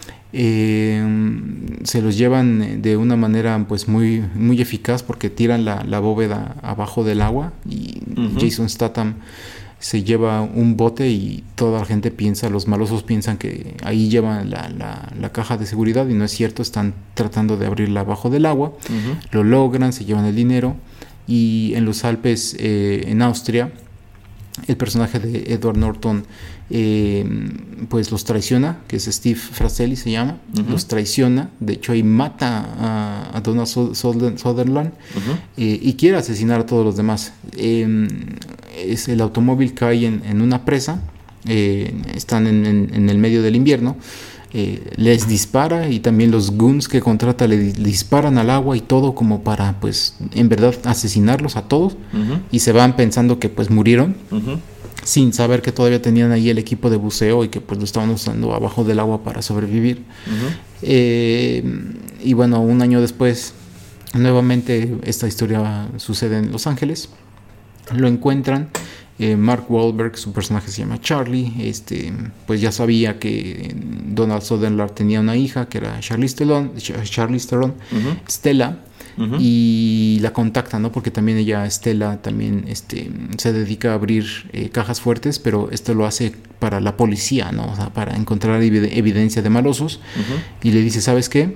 Eh, se los llevan de una manera pues muy, muy eficaz porque tiran la, la bóveda abajo del agua y uh-huh. Jason Statham se lleva un bote y toda la gente piensa, los malosos piensan que ahí llevan la, la, la caja de seguridad y no es cierto, están tratando de abrirla abajo del agua, uh-huh. lo logran, se llevan el dinero y en los Alpes, eh, en Austria, el personaje de Edward Norton eh, pues los traiciona, que es Steve Fratelli se llama, uh-huh. los traiciona, de hecho ahí mata a, a Donald Sutherland uh-huh. eh, y quiere asesinar a todos los demás. Eh, es el automóvil cae en, en una presa, eh, están en, en, en el medio del invierno, eh, les dispara y también los goons que contrata le, le disparan al agua y todo como para pues en verdad asesinarlos a todos uh-huh. y se van pensando que pues murieron uh-huh. sin saber que todavía tenían ahí el equipo de buceo y que pues lo estaban usando abajo del agua para sobrevivir. Uh-huh. eh, y bueno, un año después nuevamente esta historia sucede en Los Ángeles, lo encuentran. Eh, Mark Wahlberg, su personaje se llama Charlie, este, pues ya sabía que Donald Sutherland tenía una hija que era Charlize Theron, Charlize Theron uh-huh. Stella, uh-huh. y la contacta, ¿no? Porque también ella, Stella, también este, se dedica a abrir eh, cajas fuertes, pero esto lo hace para la policía, ¿no? O sea, para encontrar evid- evidencia de malosos, uh-huh. y le dice, ¿sabes qué?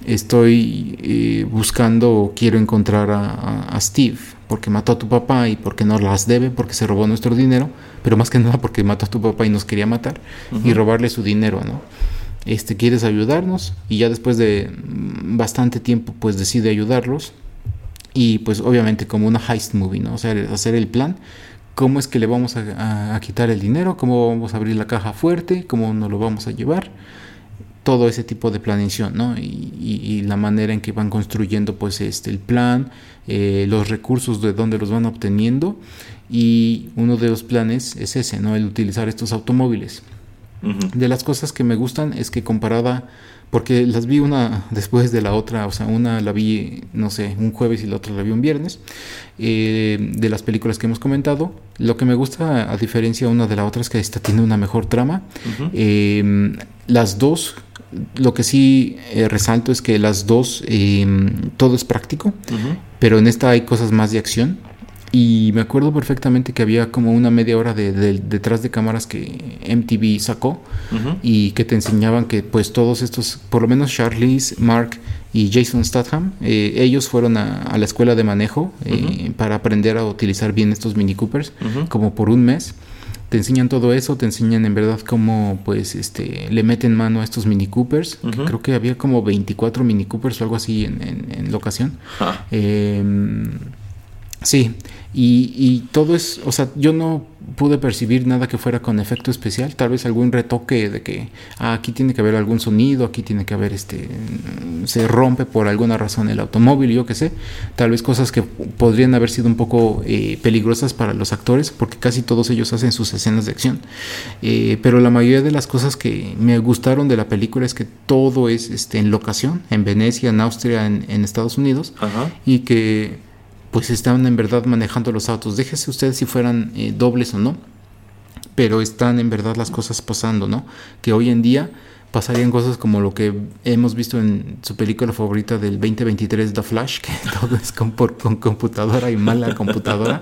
Estoy eh, buscando o quiero encontrar a, a, a Steve porque mató a tu papá y porque no las debe, porque se robó nuestro dinero, pero más que nada porque mató a tu papá y nos quería matar uh-huh. y robarle su dinero, ¿no? Este, ¿quieres ayudarnos? Y ya después de bastante tiempo pues decide ayudarlos y pues obviamente como una heist movie, ¿no? O sea, hacer el plan, cómo es que le vamos a, a, a quitar el dinero, cómo vamos a abrir la caja fuerte, cómo nos lo vamos a llevar, todo ese tipo de planeación, ¿no? Y, y, y la manera en que van construyendo pues este el plan, eh, los recursos de dónde los van obteniendo, y uno de los planes es ese, ¿no? El utilizar estos automóviles. Uh-huh. De las cosas que me gustan es que comparada, porque las vi una después de la otra, o sea, una la vi, no sé, un jueves y la otra la vi un viernes, eh, de las películas que hemos comentado, lo que me gusta a diferencia una de la otra es que esta tiene una mejor trama. Uh-huh. eh, las dos, lo que sí eh, resalto es que las dos, eh, todo es práctico, uh-huh. pero en esta hay cosas más de acción. Y me acuerdo perfectamente que había como una media hora de, de detrás de cámaras que M T V sacó uh-huh. y que te enseñaban que pues todos estos, por lo menos Charlize, Mark y Jason Statham, eh, ellos fueron a, a la escuela de manejo eh, uh-huh. para aprender a utilizar bien estos Mini Coopers, uh-huh. como por un mes. Te enseñan todo eso, te enseñan en verdad cómo pues este le meten mano a estos Mini Coopers. Uh-huh. Que creo que había como veinticuatro Mini Coopers o algo así en, en, en la ocasión. Uh-huh. Eh, sí, y, y todo es, o sea, yo no pude percibir nada que fuera con efecto especial, tal vez algún retoque de que ah, aquí tiene que haber algún sonido, aquí tiene que haber este, se rompe por alguna razón el automóvil, yo qué sé, tal vez cosas que podrían haber sido un poco eh, peligrosas para los actores, porque casi todos ellos hacen sus escenas de acción, eh, pero la mayoría de las cosas que me gustaron de la película es que todo es este, en locación, en Venecia, en Austria, en, en Estados Unidos, uh-huh. y que pues están en verdad manejando los autos. Déjese ustedes si fueran eh, dobles o no, pero están en verdad las cosas pasando, ¿no? Que hoy en día pasarían cosas como lo que hemos visto en su película favorita del veinte veintitrés, The Flash, que todo es con, por, con computadora y mala computadora.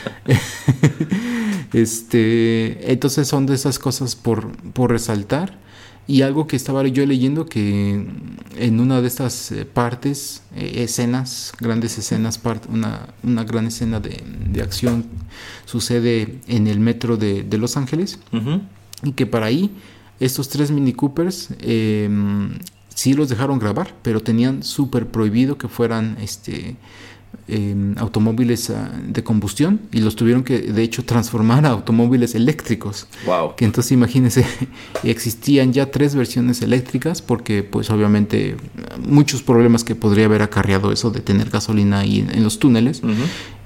este, entonces son de esas cosas por, por resaltar. Y algo que estaba yo leyendo, que en una de estas eh, partes, eh, escenas, grandes escenas, part, una, una gran escena de, de acción sucede en el metro de, de Los Ángeles, uh-huh. y que para ahí estos tres Mini Coopers eh, sí los dejaron grabar, pero tenían súper prohibido que fueran este eh, automóviles uh, de combustión, y los tuvieron que de hecho transformar a automóviles eléctricos. Wow. Que entonces imagínense, existían ya tres versiones eléctricas, porque pues obviamente muchos problemas que podría haber acarreado eso de tener gasolina ahí en, en los túneles. Uh-huh.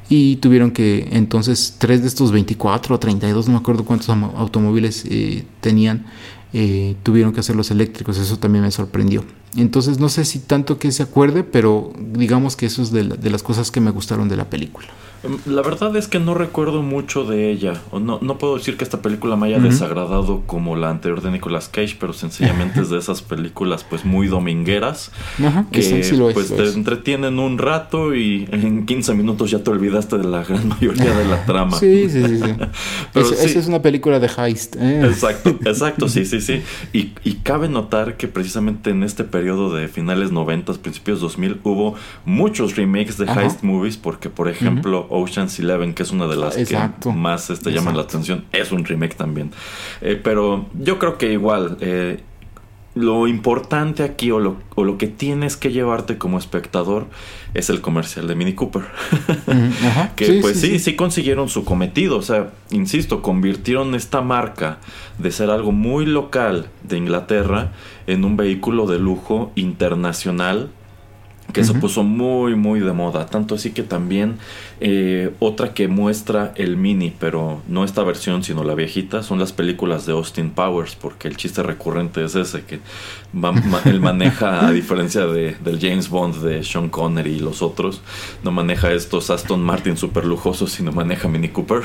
y tuvieron que, entonces, tres de estos veinticuatro o treinta y dos, no me acuerdo cuántos automóviles eh, tenían, eh, tuvieron que hacerlos eléctricos. Eso también me sorprendió. Entonces no sé si tanto que se acuerde, pero digamos que eso es de, la, de las cosas que me gustaron de la película. La verdad es que no recuerdo mucho de ella. O no, no puedo decir que esta película me haya uh-huh. desagradado como la anterior de Nicolas Cage, pero sencillamente es de esas películas pues muy domingueras, uh-huh. que sí, sí lo es, pues lo te es. entretienen un rato y en quince minutos ya te olvidaste de la gran mayoría de la trama. Sí, sí, sí, sí. Pero es, sí. Esa es una película de heist. ¿eh? Exacto, exacto, sí, sí, sí. Y, y cabe notar que precisamente en este periodo de finales noventas, principios dos mil, hubo muchos remakes de uh-huh. heist movies, porque por ejemplo uh-huh. Ocean's Eleven, que es una de las Exacto. que más este, llaman la atención, es un remake también. Eh, pero yo creo que igual eh, lo importante aquí o lo, o lo que tienes que llevarte como espectador es el comercial de Mini Cooper. Uh-huh. Que sí, pues sí, sí, sí, sí consiguieron su cometido. O sea, insisto, convirtieron esta marca de ser algo muy local de Inglaterra en un vehículo de lujo internacional que uh-huh. se puso muy muy de moda, tanto así que también eh, otra que muestra el Mini, pero no esta versión sino la viejita, son las películas de Austin Powers, porque el chiste recurrente es ese, que va, ma, él maneja, a diferencia de, del James Bond de Sean Connery y los otros, no maneja estos Aston Martin super lujosos, sino maneja Mini Cooper.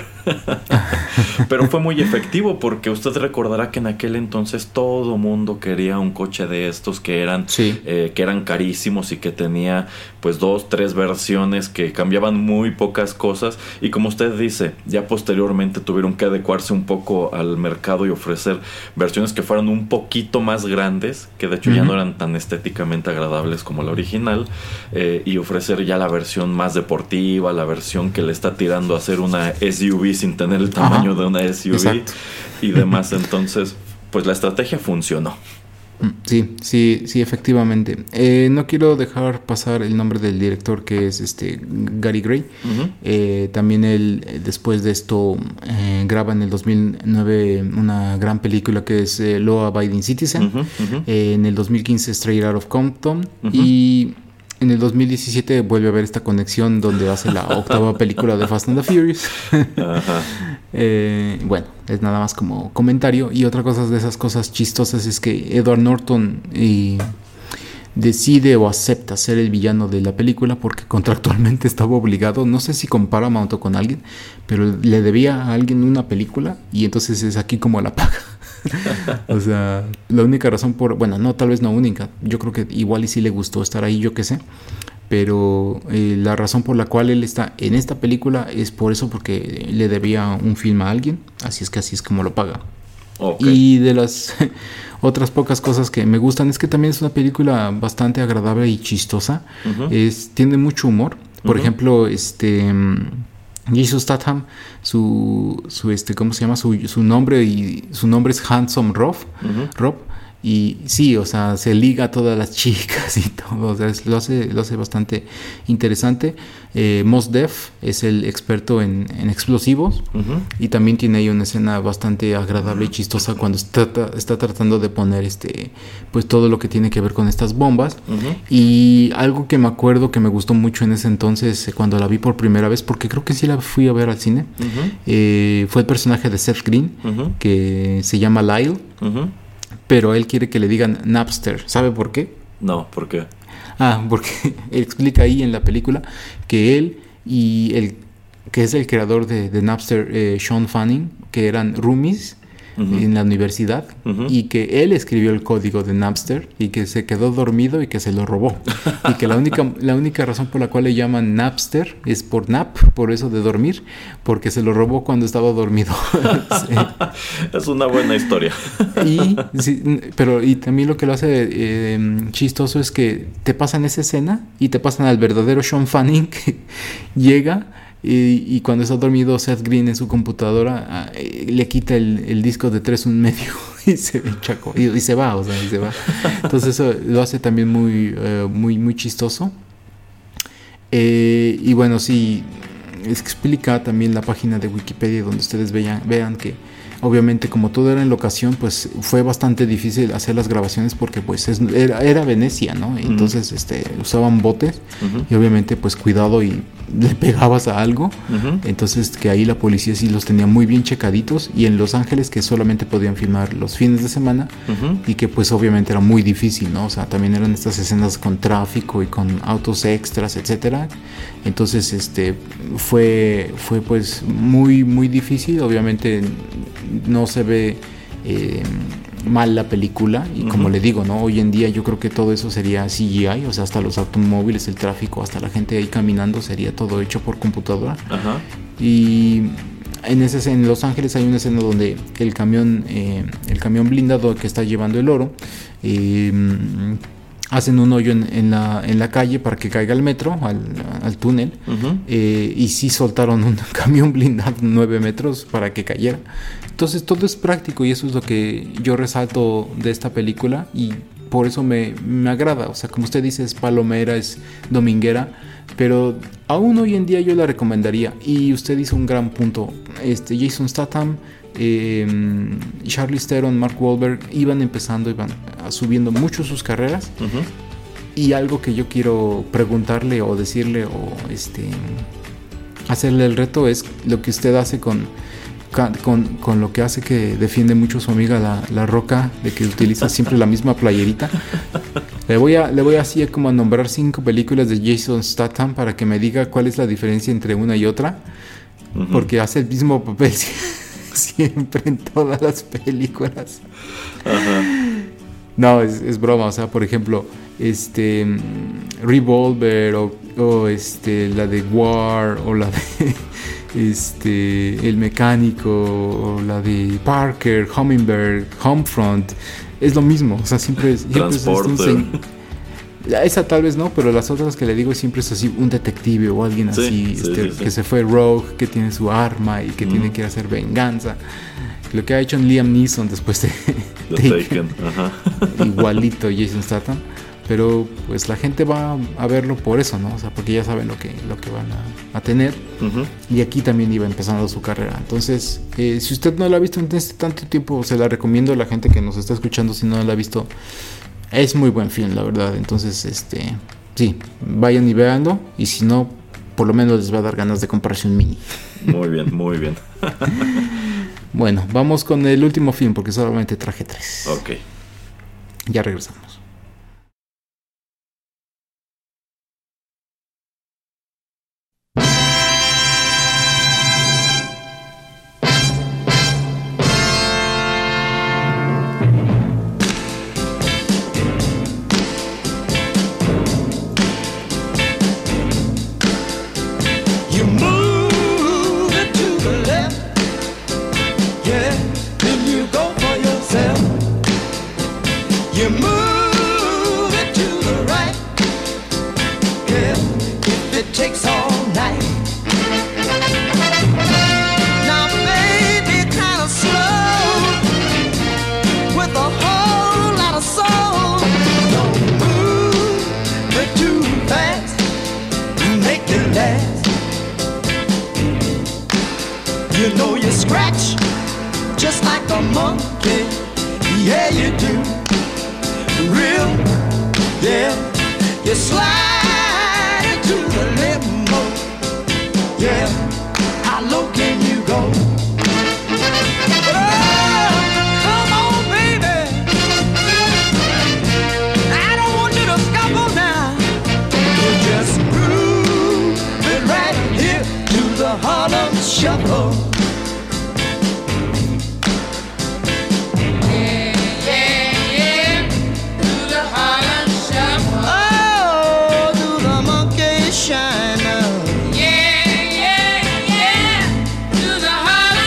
Pero fue muy efectivo, porque usted recordará que en aquel entonces todo mundo quería un coche de estos que eran, sí. eh, que eran carísimos y que tenían tenía pues dos, tres versiones que cambiaban muy pocas cosas, y como usted dice, ya posteriormente tuvieron que adecuarse un poco al mercado y ofrecer versiones que fueran un poquito más grandes, que de hecho uh-huh. ya no eran tan estéticamente agradables como la original, eh, y ofrecer ya la versión más deportiva, la versión que le está tirando a ser una S U V sin tener el tamaño uh-huh. de una S U V. Exacto. Y demás. Entonces pues la estrategia funcionó. Sí, sí, sí, efectivamente. Eh, no quiero dejar pasar el nombre del director, que es este Gary Gray. Uh-huh. Eh, también él, después de esto, eh, graba en el dos mil nueve una gran película que es eh, Law Abiding Citizen. Uh-huh, uh-huh. Eh, en el dos mil quince Straight Outta Compton. Uh-huh. Y en el dos mil diecisiete vuelve a ver esta conexión donde hace la octava película de Fast and the Furious. Uh-huh. Eh, bueno, es nada más como comentario. Y otra cosa de esas cosas chistosas es que Edward Norton eh, decide o acepta ser el villano de la película porque contractualmente estaba obligado, no sé si con Paramount o con alguien, pero le debía a alguien una película, y entonces es aquí como la paga. O sea, la única razón por, bueno, no, tal vez no única, yo creo que igual y sí le gustó estar ahí, yo qué sé, pero eh, la razón por la cual él está en esta película es por eso, porque le debía un film a alguien, así es que así es como lo paga. Okay. Y de las otras pocas cosas que me gustan es que también es una película bastante agradable y chistosa. Uh-huh. Es, tiene mucho humor. Por uh-huh. ejemplo, este Jason Statham, su, su este, ¿cómo se llama? Su, su nombre y su nombre es Handsome Rob. Uh-huh. Rob. Y sí, o sea, se liga a todas las chicas y todo, o sea, es, lo hace, lo hace bastante interesante. Eh, Mos Def es el experto en, en explosivos, uh-huh. y también tiene ahí una escena bastante agradable y chistosa cuando está, está tratando de poner este, pues todo lo que tiene que ver con estas bombas. Uh-huh. Y algo que me acuerdo que me gustó mucho en ese entonces, cuando la vi por primera vez, porque creo que sí la fui a ver al cine, uh-huh. eh, fue el personaje de Seth Green, uh-huh. que se llama Lyle. Uh-huh. Pero él quiere que le digan Napster. ¿Sabe por qué? No, ¿por qué? Ah, porque él explica ahí en la película que él y el que es el creador de, de Napster, eh, Sean Fanning, que eran roomies uh-huh. en la universidad, uh-huh. y que él escribió el código de Napster y que se quedó dormido y que se lo robó. Y que la única, la única razón por la cual le llaman Napster es por nap, por eso de dormir, porque se lo robó cuando estaba dormido. Sí. Es una buena historia. Y, sí, pero y también lo que lo hace eh, chistoso es que te pasan esa escena y te pasan al verdadero Sean Fanning, que llega y, y cuando está dormido Seth Green en su computadora eh, le quita el, el disco de tres un medio y se chaco, y, y se va, o sea, y se va. Entonces eso lo hace también muy, eh, muy, muy chistoso. Eh, y bueno, sí, explica también la página de Wikipedia donde ustedes vean, vean que obviamente como todo era en locación, pues fue bastante difícil hacer las grabaciones porque pues es, era, era Venecia, ¿no? Entonces uh-huh. este, usaban botes uh-huh. y obviamente pues cuidado y le pegabas a algo. Uh-huh. Entonces que ahí la policía sí los tenía muy bien checaditos, y en Los Ángeles que solamente podían filmar los fines de semana uh-huh. y que pues obviamente era muy difícil, ¿no? O sea, también eran estas escenas con tráfico y con autos extras, etcétera. Entonces este fue, fue pues muy muy difícil. Obviamente no se ve eh, mal la película, y uh-huh. como le digo, ¿no? Hoy en día yo creo que todo eso sería C G I, o sea, hasta los automóviles, el tráfico, hasta la gente ahí caminando sería todo hecho por computadora. Uh-huh. Y en ese en Los Ángeles hay una escena donde el camión eh, el camión blindado que está llevando el oro eh, hacen un hoyo en, en, la, en la calle para que caiga al metro, al, al túnel, uh-huh. eh, y sí soltaron un camión blindado nueve metros para que cayera. Entonces todo es práctico, y eso es lo que yo resalto de esta película, y por eso me, me agrada. O sea, como usted dice, es palomera, es dominguera, pero aún hoy en día yo la recomendaría. Y usted hizo un gran punto. Este, Jason Statham, eh, Charlize Theron, Mark Wahlberg iban empezando, iban subiendo mucho sus carreras. Uh-huh. Y algo que yo quiero preguntarle o decirle o este hacerle el reto es lo que usted hace con con, con lo que hace que defiende mucho su amiga la, la Roca, de que utiliza siempre la misma playerita. Le voy a le voy así como a nombrar cinco películas de Jason Statham para que me diga cuál es la diferencia entre una y otra. Uh-huh. Porque hace el mismo papel siempre en todas las películas. Uh-huh. No, es, es broma. O sea, por ejemplo, este Revolver o, o este la de War, o la de este El Mecánico, o la de Parker, Hummingbird, Homefront, es lo mismo. O sea, siempre, siempre es un, esa tal vez no, pero las otras que le digo siempre es así, un detective o alguien así, sí, este, sí, sí, que sí. se fue rogue, que tiene su arma y que mm. tiene que hacer venganza. Lo que ha hecho en Liam Neeson después de Taken. Taken. Ajá. Igualito Jason Statham. Pero pues la gente va a verlo por eso, ¿no? O sea, porque ya saben lo que, lo que van a, a tener. Uh-huh. Y aquí también iba empezando su carrera. Entonces, eh, si usted no la ha visto en este tanto tiempo, se la recomiendo a la gente que nos está escuchando. Si no la ha visto, es muy buen film, la verdad. Entonces, este, sí, vayan y véanlo. Y si no, por lo menos les va a dar ganas de comprarse un mini. Muy bien, muy bien. Bueno, vamos con el último film porque solamente traje tres. Ok. Ya regresamos. Shine now. Yeah, yeah, yeah. To the Harlem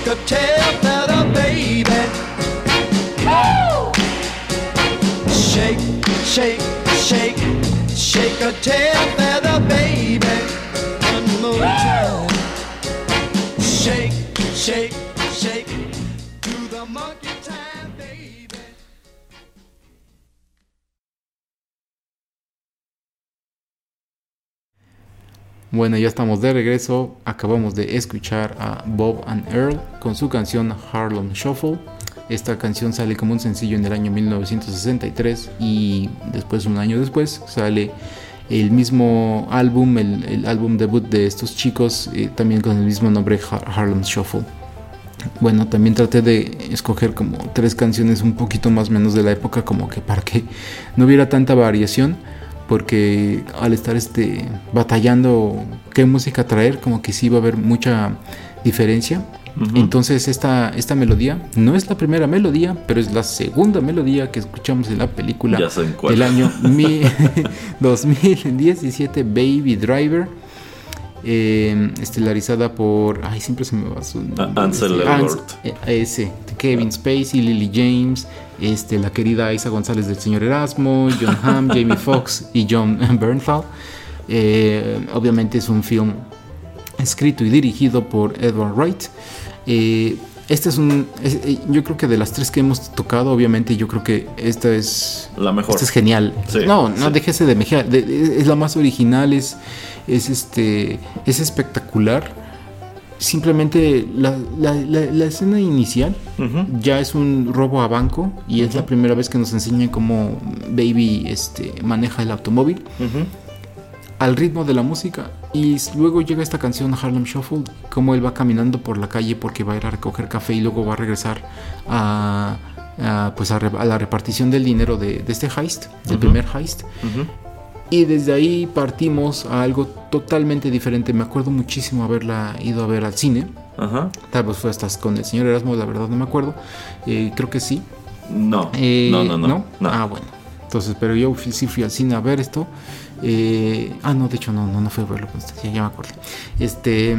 shake a tail feather, baby. Woo! Shake, shake, shake, shake a tail feather, baby. One more time. Shake, shake, shake, do the monkey time, baby. Bueno, ya estamos de regreso. Acabamos de escuchar a Bob and Earl con su canción Harlem Shuffle. Esta canción sale como un sencillo en el año mil novecientos sesenta y tres y después, un año después, sale el mismo álbum, el, el álbum debut de estos chicos, eh, también con el mismo nombre, Har- Harlem Shuffle. Bueno, también traté de escoger como tres canciones un poquito más o menos de la época, como que para que no hubiera tanta variación, porque al estar este batallando qué música traer, como que sí iba a haber mucha diferencia. Uh-huh. Entonces esta, esta melodía no es la primera melodía, pero es la segunda melodía que escuchamos en la película del año dos mil diecisiete, Baby Driver, eh, estelarizada por, ay, siempre se me va su nombre, Ansel este, Elgort, Ans, eh, ese, Kevin Spacey, Lily James, este, la querida Isa González del Señor Erasmo, John Hamm, Jamie Foxx y John Bernthal. Eh, obviamente es un film escrito y dirigido por Edward Wright. Eh, este es un, es, yo creo que de las tres que hemos tocado, obviamente yo creo que esta es la mejor. Esta es genial. Sí, no, no sí. déjese de mejorar. De, de, es la más original, es, es este, es espectacular. Simplemente la, la, la, la escena inicial uh-huh. ya es un robo a banco y uh-huh. es la primera vez que nos enseñan cómo Baby este, maneja el automóvil. Uh-huh. Al ritmo de la música, y luego llega esta canción Harlem Shuffle, como él va caminando por la calle porque va a ir a recoger café y luego va a regresar a, a, pues a, a la repartición del dinero de, de este heist, del uh-huh. primer heist. Uh-huh. Y desde ahí partimos a algo totalmente diferente. Me acuerdo muchísimo haberla ido a ver al cine. Uh-huh. Tal vez fue hasta con el señor Erasmo, la verdad no me acuerdo. Eh, creo que sí. No. Eh, no, no, no, no, no. Ah, bueno. Entonces, pero yo sí fui al cine a ver esto. Eh, ah, no, de hecho no, no, no fue a verlo con ustedes, ya, ya me acuerdo. Este,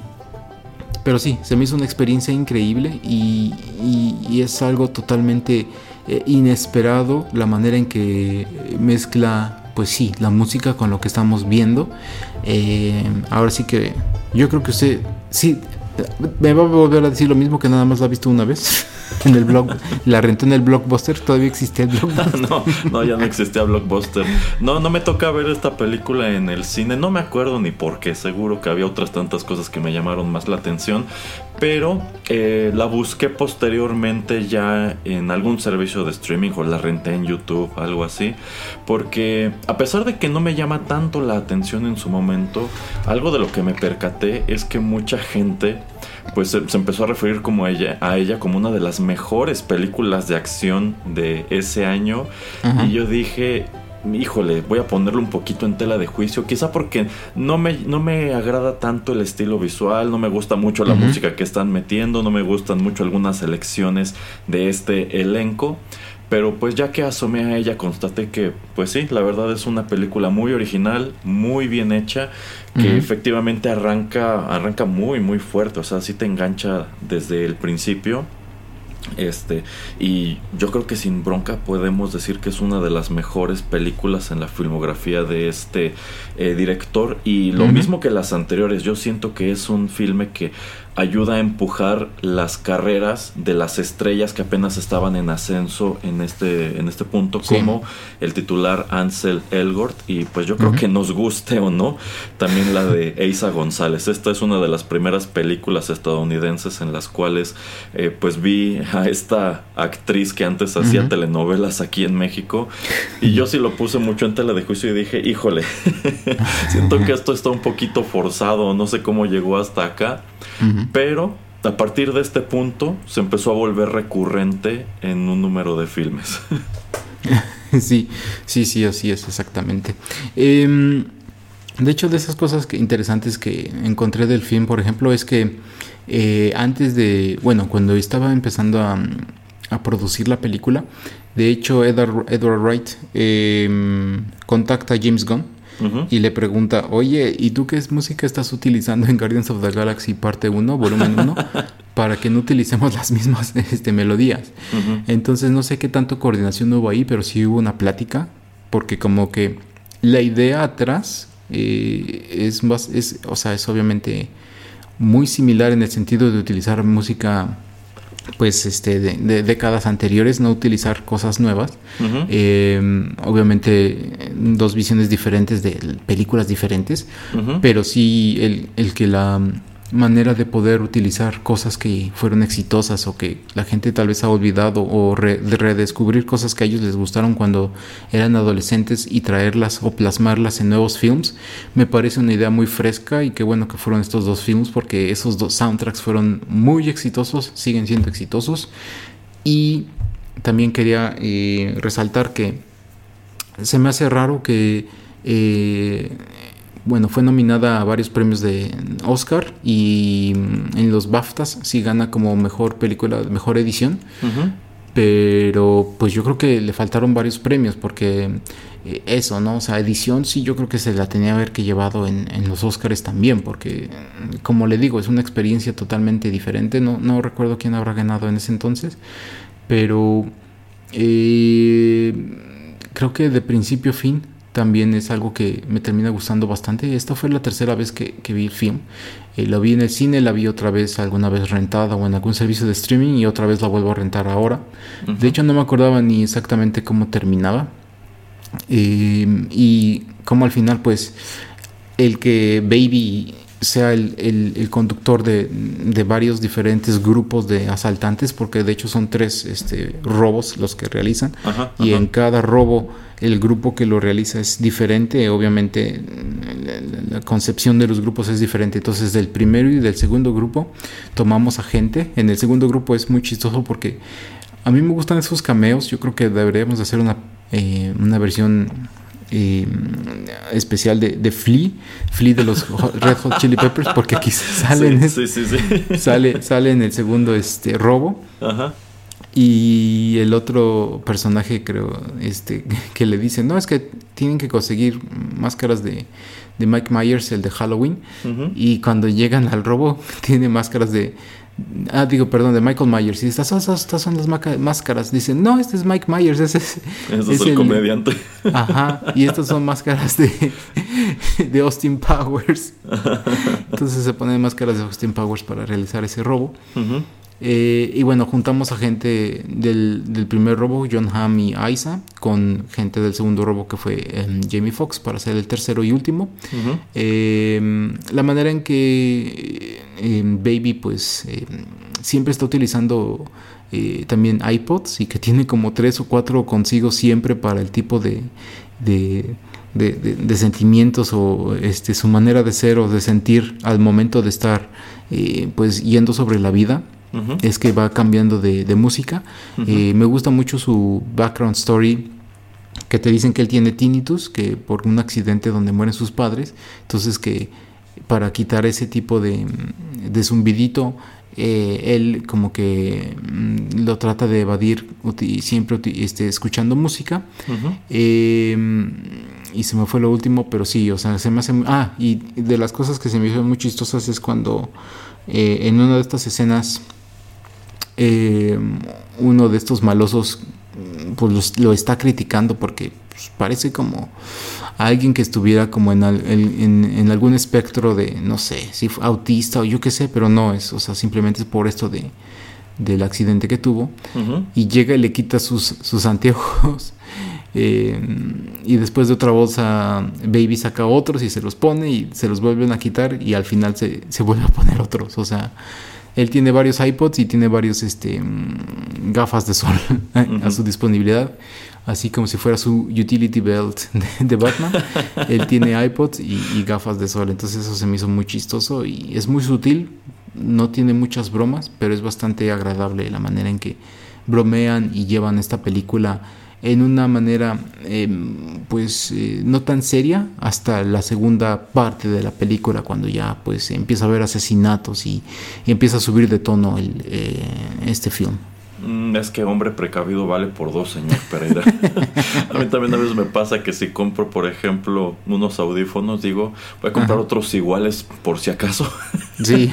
pero sí, se me hizo una experiencia increíble y, y, y es algo totalmente eh, inesperado la manera en que mezcla, pues sí, la música con lo que estamos viendo. Eh, ahora sí que yo creo que usted, sí, me va a volver a decir lo mismo, que nada más la ha visto una vez. En el blog, la rentó en el Blockbuster. Todavía existía el Blockbuster. No, no, ya no existía Blockbuster. No, no me toca ver esta película en el cine. No me acuerdo ni por qué. Seguro que había otras tantas cosas que me llamaron más la atención. Pero eh, la busqué posteriormente ya en algún servicio de streaming o la renté en YouTube, algo así. Porque a pesar de que no me llama tanto la atención en su momento, algo de lo que me percaté es que mucha gente pues se, se empezó a referir como ella, a ella como una de las mejores películas de acción de ese año. Uh-huh. Y yo dije, híjole, voy a ponerlo un poquito en tela de juicio, quizá porque no me, no me agrada tanto el estilo visual, no me gusta mucho la uh-huh. música que están metiendo, no me gustan mucho algunas selecciones de este elenco. Pero pues ya que asomé a ella, constaté que pues sí, la verdad es una película muy original, muy bien hecha, que uh-huh. efectivamente arranca, arranca muy muy fuerte, o sea, sí te engancha desde el principio. Este, y yo creo que sin bronca podemos decir que es una de las mejores películas en la filmografía de este eh, director. Y lo uh-huh. mismo que las anteriores, yo siento que es un filme que ayuda a empujar las carreras de las estrellas que apenas estaban en ascenso en este, en este punto, sí. como el titular Ansel Elgort. Y pues yo creo uh-huh. que nos guste o no, también la de Eiza González. Esta es una de las primeras películas estadounidenses en las cuales eh, pues vi a esta actriz que antes hacía uh-huh. telenovelas aquí en México, y yo sí lo puse mucho en tela de juicio y dije, híjole, siento que esto está un poquito forzado, no sé cómo llegó hasta acá. Uh-huh. Pero a partir de este punto se empezó a volver recurrente en un número de filmes. Sí, sí, sí, así es, exactamente. Eh, de hecho, de esas cosas que, interesantes que encontré del film, por ejemplo, es que eh, antes de, bueno, cuando estaba empezando a, a producir la película, de hecho Edward, Edward Wright eh, contacta a James Gunn uh-huh. y le pregunta, oye, ¿y tú qué música estás utilizando en Guardians of the Galaxy parte uno, volumen uno? Para que no utilicemos las mismas este, melodías. Uh-huh. Entonces no sé qué tanto coordinación hubo ahí, pero sí hubo una plática, porque como que la idea atrás eh, es más, es, o sea, es obviamente muy similar en el sentido de utilizar música pues este de, de décadas anteriores, no utilizar cosas nuevas. Uh-huh. Eh, obviamente dos visiones diferentes de películas diferentes, uh-huh. pero sí el, el que la manera de poder utilizar cosas que fueron exitosas o que la gente tal vez ha olvidado, o re, de redescubrir cosas que a ellos les gustaron cuando eran adolescentes y traerlas o plasmarlas en nuevos films, me parece una idea muy fresca. Y qué bueno que fueron estos dos films, porque esos dos soundtracks fueron muy exitosos, siguen siendo exitosos. Y también quería eh, resaltar que se me hace raro que eh, bueno, fue nominada a varios premios de Oscar, y en los BAFTAs sí gana como mejor película, mejor edición. Uh-huh. Pero pues yo creo que le faltaron varios premios, porque eh, eso, ¿no? O sea, edición sí, yo creo que se la tenía que haber que llevado en, en los Oscars también, porque como le digo, es una experiencia totalmente diferente. No, no recuerdo quién habrá ganado en ese entonces, pero eh, creo que de principio a fin también es algo que me termina gustando bastante. Esta fue la tercera vez que, que vi el film. Eh, la vi en el cine, la vi otra vez alguna vez rentada o en algún servicio de streaming, y otra vez la vuelvo a rentar ahora. Uh-huh. De hecho, no me acordaba ni exactamente cómo terminaba. Eh, y como al final, pues, el que Baby sea el, el, el conductor de, de varios diferentes grupos de asaltantes, porque de hecho son tres este, robos los que realizan. Ajá, y ajá. En cada robo el grupo que lo realiza es diferente. Obviamente la, la concepción de los grupos es diferente. Entonces del primero y del segundo grupo tomamos a gente. En el segundo grupo es muy chistoso porque a mí me gustan esos cameos. Yo creo que deberíamos hacer una, eh, una versión Eh, especial de, de Flea Flea de los Red Hot Chili Peppers, porque aquí sale, sí, sí, sí, sí. sale sale en el segundo este robo. Ajá. Y el otro personaje, creo, este que le dice, no, es que tienen que conseguir máscaras de, de Mike Myers, el de Halloween. Uh-huh. Y cuando llegan al robo tiene máscaras de Ah, digo, perdón, de Michael Myers. Y estas, estas, estas son las maca- máscaras. Dicen, no, este es Mike Myers. Ese es, ese es el, el comediante. Ajá. Y estas son máscaras de, de Austin Powers. Entonces se ponen máscaras de Austin Powers para realizar ese robo. Uh-huh. Eh, y bueno, juntamos a gente del, del primer robo, John Hamm y Isa, con gente del segundo robo, que fue um, Jamie Foxx, para hacer el tercero y último. Uh-huh. Eh, la manera en que eh, Baby pues eh, siempre está utilizando eh, también iPods, y que tiene como tres o cuatro consigo siempre para el tipo de, de, de, de, de sentimientos o este, su manera de ser o de sentir al momento de estar eh, pues yendo sobre la vida. Uh-huh. Es que va cambiando de, de música. Uh-huh. Eh, me gusta mucho su background story, que te dicen que él tiene tinnitus, que por un accidente donde mueren sus padres, entonces que para quitar ese tipo de, de zumbidito, eh, él como que mm, lo trata de evadir uti- siempre uti- este, escuchando música. Uh-huh. eh, y se me fue lo último, pero sí, o sea, se me hace muy... ah, y de las cosas que se me hicieron muy chistosas es cuando eh, en una de estas escenas Eh, uno de estos malosos pues los, lo está criticando porque pues, parece como alguien que estuviera como en, al, en, en algún espectro de, no sé, si fue autista o yo qué sé, pero no es, o sea, simplemente es por esto de del accidente que tuvo. Uh-huh. Y llega y le quita sus, sus anteojos, eh, y después de otra bolsa Baby saca otros y se los pone y se los vuelven a quitar, y al final se, se vuelve a poner otros. O sea, él tiene varios iPods y tiene varios este, gafas de sol uh-huh. a su disponibilidad, así como si fuera su utility belt de, de Batman. Él tiene iPods y, y gafas de sol. Entonces eso se me hizo muy chistoso y es muy sutil. No tiene muchas bromas, pero es bastante agradable la manera en que bromean y llevan esta película en una manera eh, pues eh, no tan seria hasta la segunda parte de la película, cuando ya pues empieza a haber asesinatos y, y empieza a subir de tono el, eh, este film. Mm, es que hombre precavido vale por dos, señor Pereira. A mí también a veces me pasa que si compro, por ejemplo, unos audífonos, digo, voy a comprar Ajá. otros iguales por si acaso. Sí.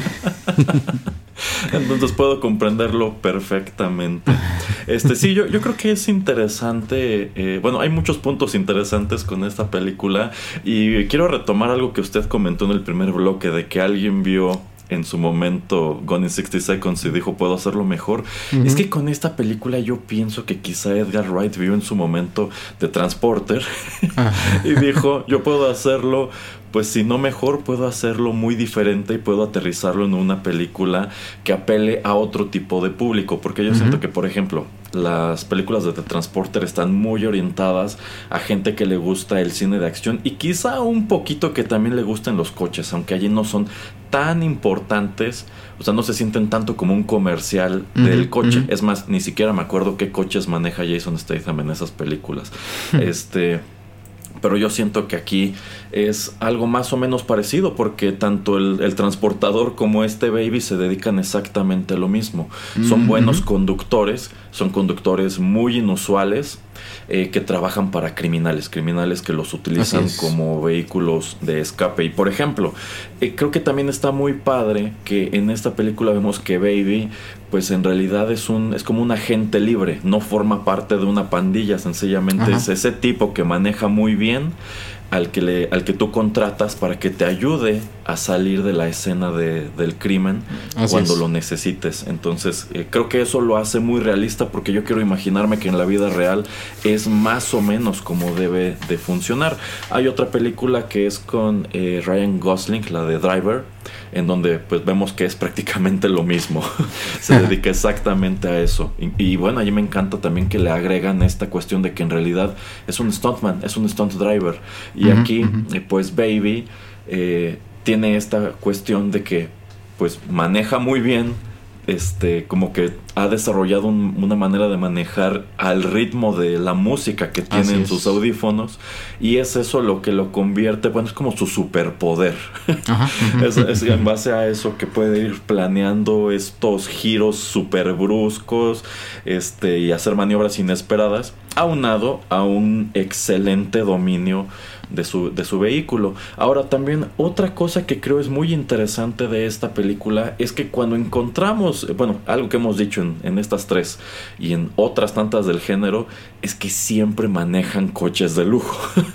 Entonces puedo comprenderlo perfectamente. Este sí, yo, yo creo que es interesante. Eh, bueno, hay muchos puntos interesantes con esta película. Y quiero retomar algo que usted comentó en el primer bloque, de que alguien vio en su momento Gone in sixty seconds y dijo, puedo hacerlo mejor. Uh-huh. Es que con esta película yo pienso que quizá Edgar Wright vio en su momento The Transporter uh-huh. y dijo, yo puedo hacerlo, pues si no mejor, puedo hacerlo muy diferente y puedo aterrizarlo en una película que apele a otro tipo de público. Porque yo uh-huh. siento que, por ejemplo, las películas de The Transporter están muy orientadas a gente que le gusta el cine de acción y quizá un poquito que también le gusten los coches, aunque allí no son tan importantes, o sea, no se sienten tanto como un comercial uh-huh, del coche. Uh-huh. Es más, ni siquiera me acuerdo qué coches maneja Jason Statham en esas películas. Uh-huh. Este... Pero yo siento que aquí es algo más o menos parecido, porque tanto el, el transportador como este Baby se dedican exactamente a lo mismo. Mm-hmm. Son buenos conductores, son conductores muy inusuales, eh, que trabajan para criminales, criminales que los utilizan como vehículos de escape. Y por ejemplo, eh, creo que también está muy padre que en esta película vemos que Baby, pues en realidad es un es como un agente libre, no forma parte de una pandilla, sencillamente Ajá. es ese tipo que maneja muy bien, al que le al que tú contratas para que te ayude a salir de la escena de, del crimen Así cuando es. lo necesites. Entonces eh, creo que eso lo hace muy realista, porque yo quiero imaginarme que en la vida real es más o menos como debe de funcionar. Hay otra película que es con eh, Ryan Gosling, la de Driver, en donde pues vemos que es prácticamente lo mismo. Se dedica exactamente a eso. Y, y bueno, a mí me encanta también que le agregan esta cuestión de que en realidad es un stuntman, es un stunt driver. Y uh-huh, aquí uh-huh. Eh, pues Baby eh, tiene esta cuestión de que pues maneja muy bien, este como que ha desarrollado un, una manera de manejar al ritmo de la música que tiene Así en es. sus audífonos, y es eso lo que lo convierte, bueno, es como su superpoder. Ajá. es, es en base a eso que puede ir planeando estos giros super bruscos, este y hacer maniobras inesperadas, aunado a un excelente dominio de su, de su vehículo. Ahora también otra cosa que creo es muy interesante de esta película es que cuando encontramos, bueno, algo que hemos dicho en, en estas tres y en otras tantas del género, es que siempre manejan coches de lujo.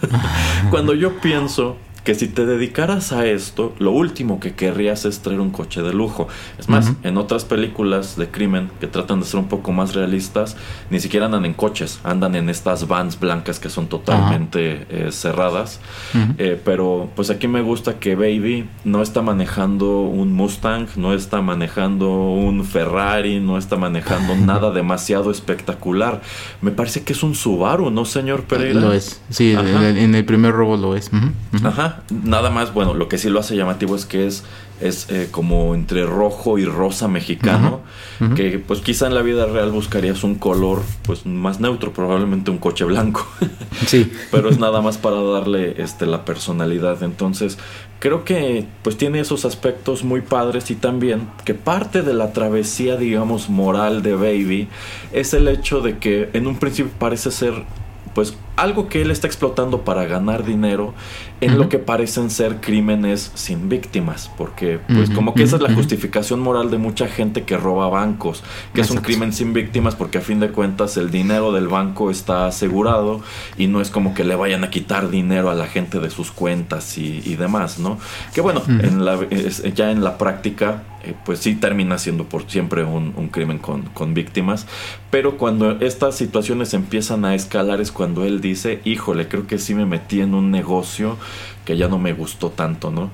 Cuando yo pienso que si te dedicaras a esto, lo último que querrías es traer un coche de lujo. Es más, uh-huh. en otras películas de crimen que tratan de ser un poco más realistas, ni siquiera andan en coches, andan en estas vans blancas que son totalmente uh-huh. eh, cerradas. Uh-huh. Eh, pero pues aquí me gusta que Baby no está manejando un Mustang, no está manejando un Ferrari, no está manejando nada demasiado espectacular. Me parece que es un Subaru, ¿no, señor Pereira? Lo es, sí, en, en el primer robo lo es. Uh-huh. Uh-huh. Ajá. Nada más, bueno, lo que sí lo hace llamativo es que es es eh, como entre rojo y rosa mexicano, uh-huh. Uh-huh. que pues quizá en la vida real buscarías un color pues más neutro, probablemente un coche blanco. Sí. Pero es nada más para darle este la personalidad. Entonces creo que pues tiene esos aspectos muy padres, y también que parte de la travesía, digamos, moral de Baby es el hecho de que en un principio parece ser pues algo que él está explotando para ganar dinero en uh-huh. lo que parecen ser crímenes sin víctimas, porque pues uh-huh. como que esa es la justificación moral de mucha gente que roba bancos, que Exacto. es un crimen sin víctimas, porque a fin de cuentas el dinero del banco está asegurado y no es como que le vayan a quitar dinero a la gente de sus cuentas y, y demás, ¿no? Que bueno, uh-huh. en la, es, ya en la práctica eh, pues sí termina siendo por siempre un, un crimen con, con víctimas, pero cuando estas situaciones empiezan a escalar es cuando él dice, híjole, creo que sí me metí en un negocio que ya no me gustó tanto, ¿no?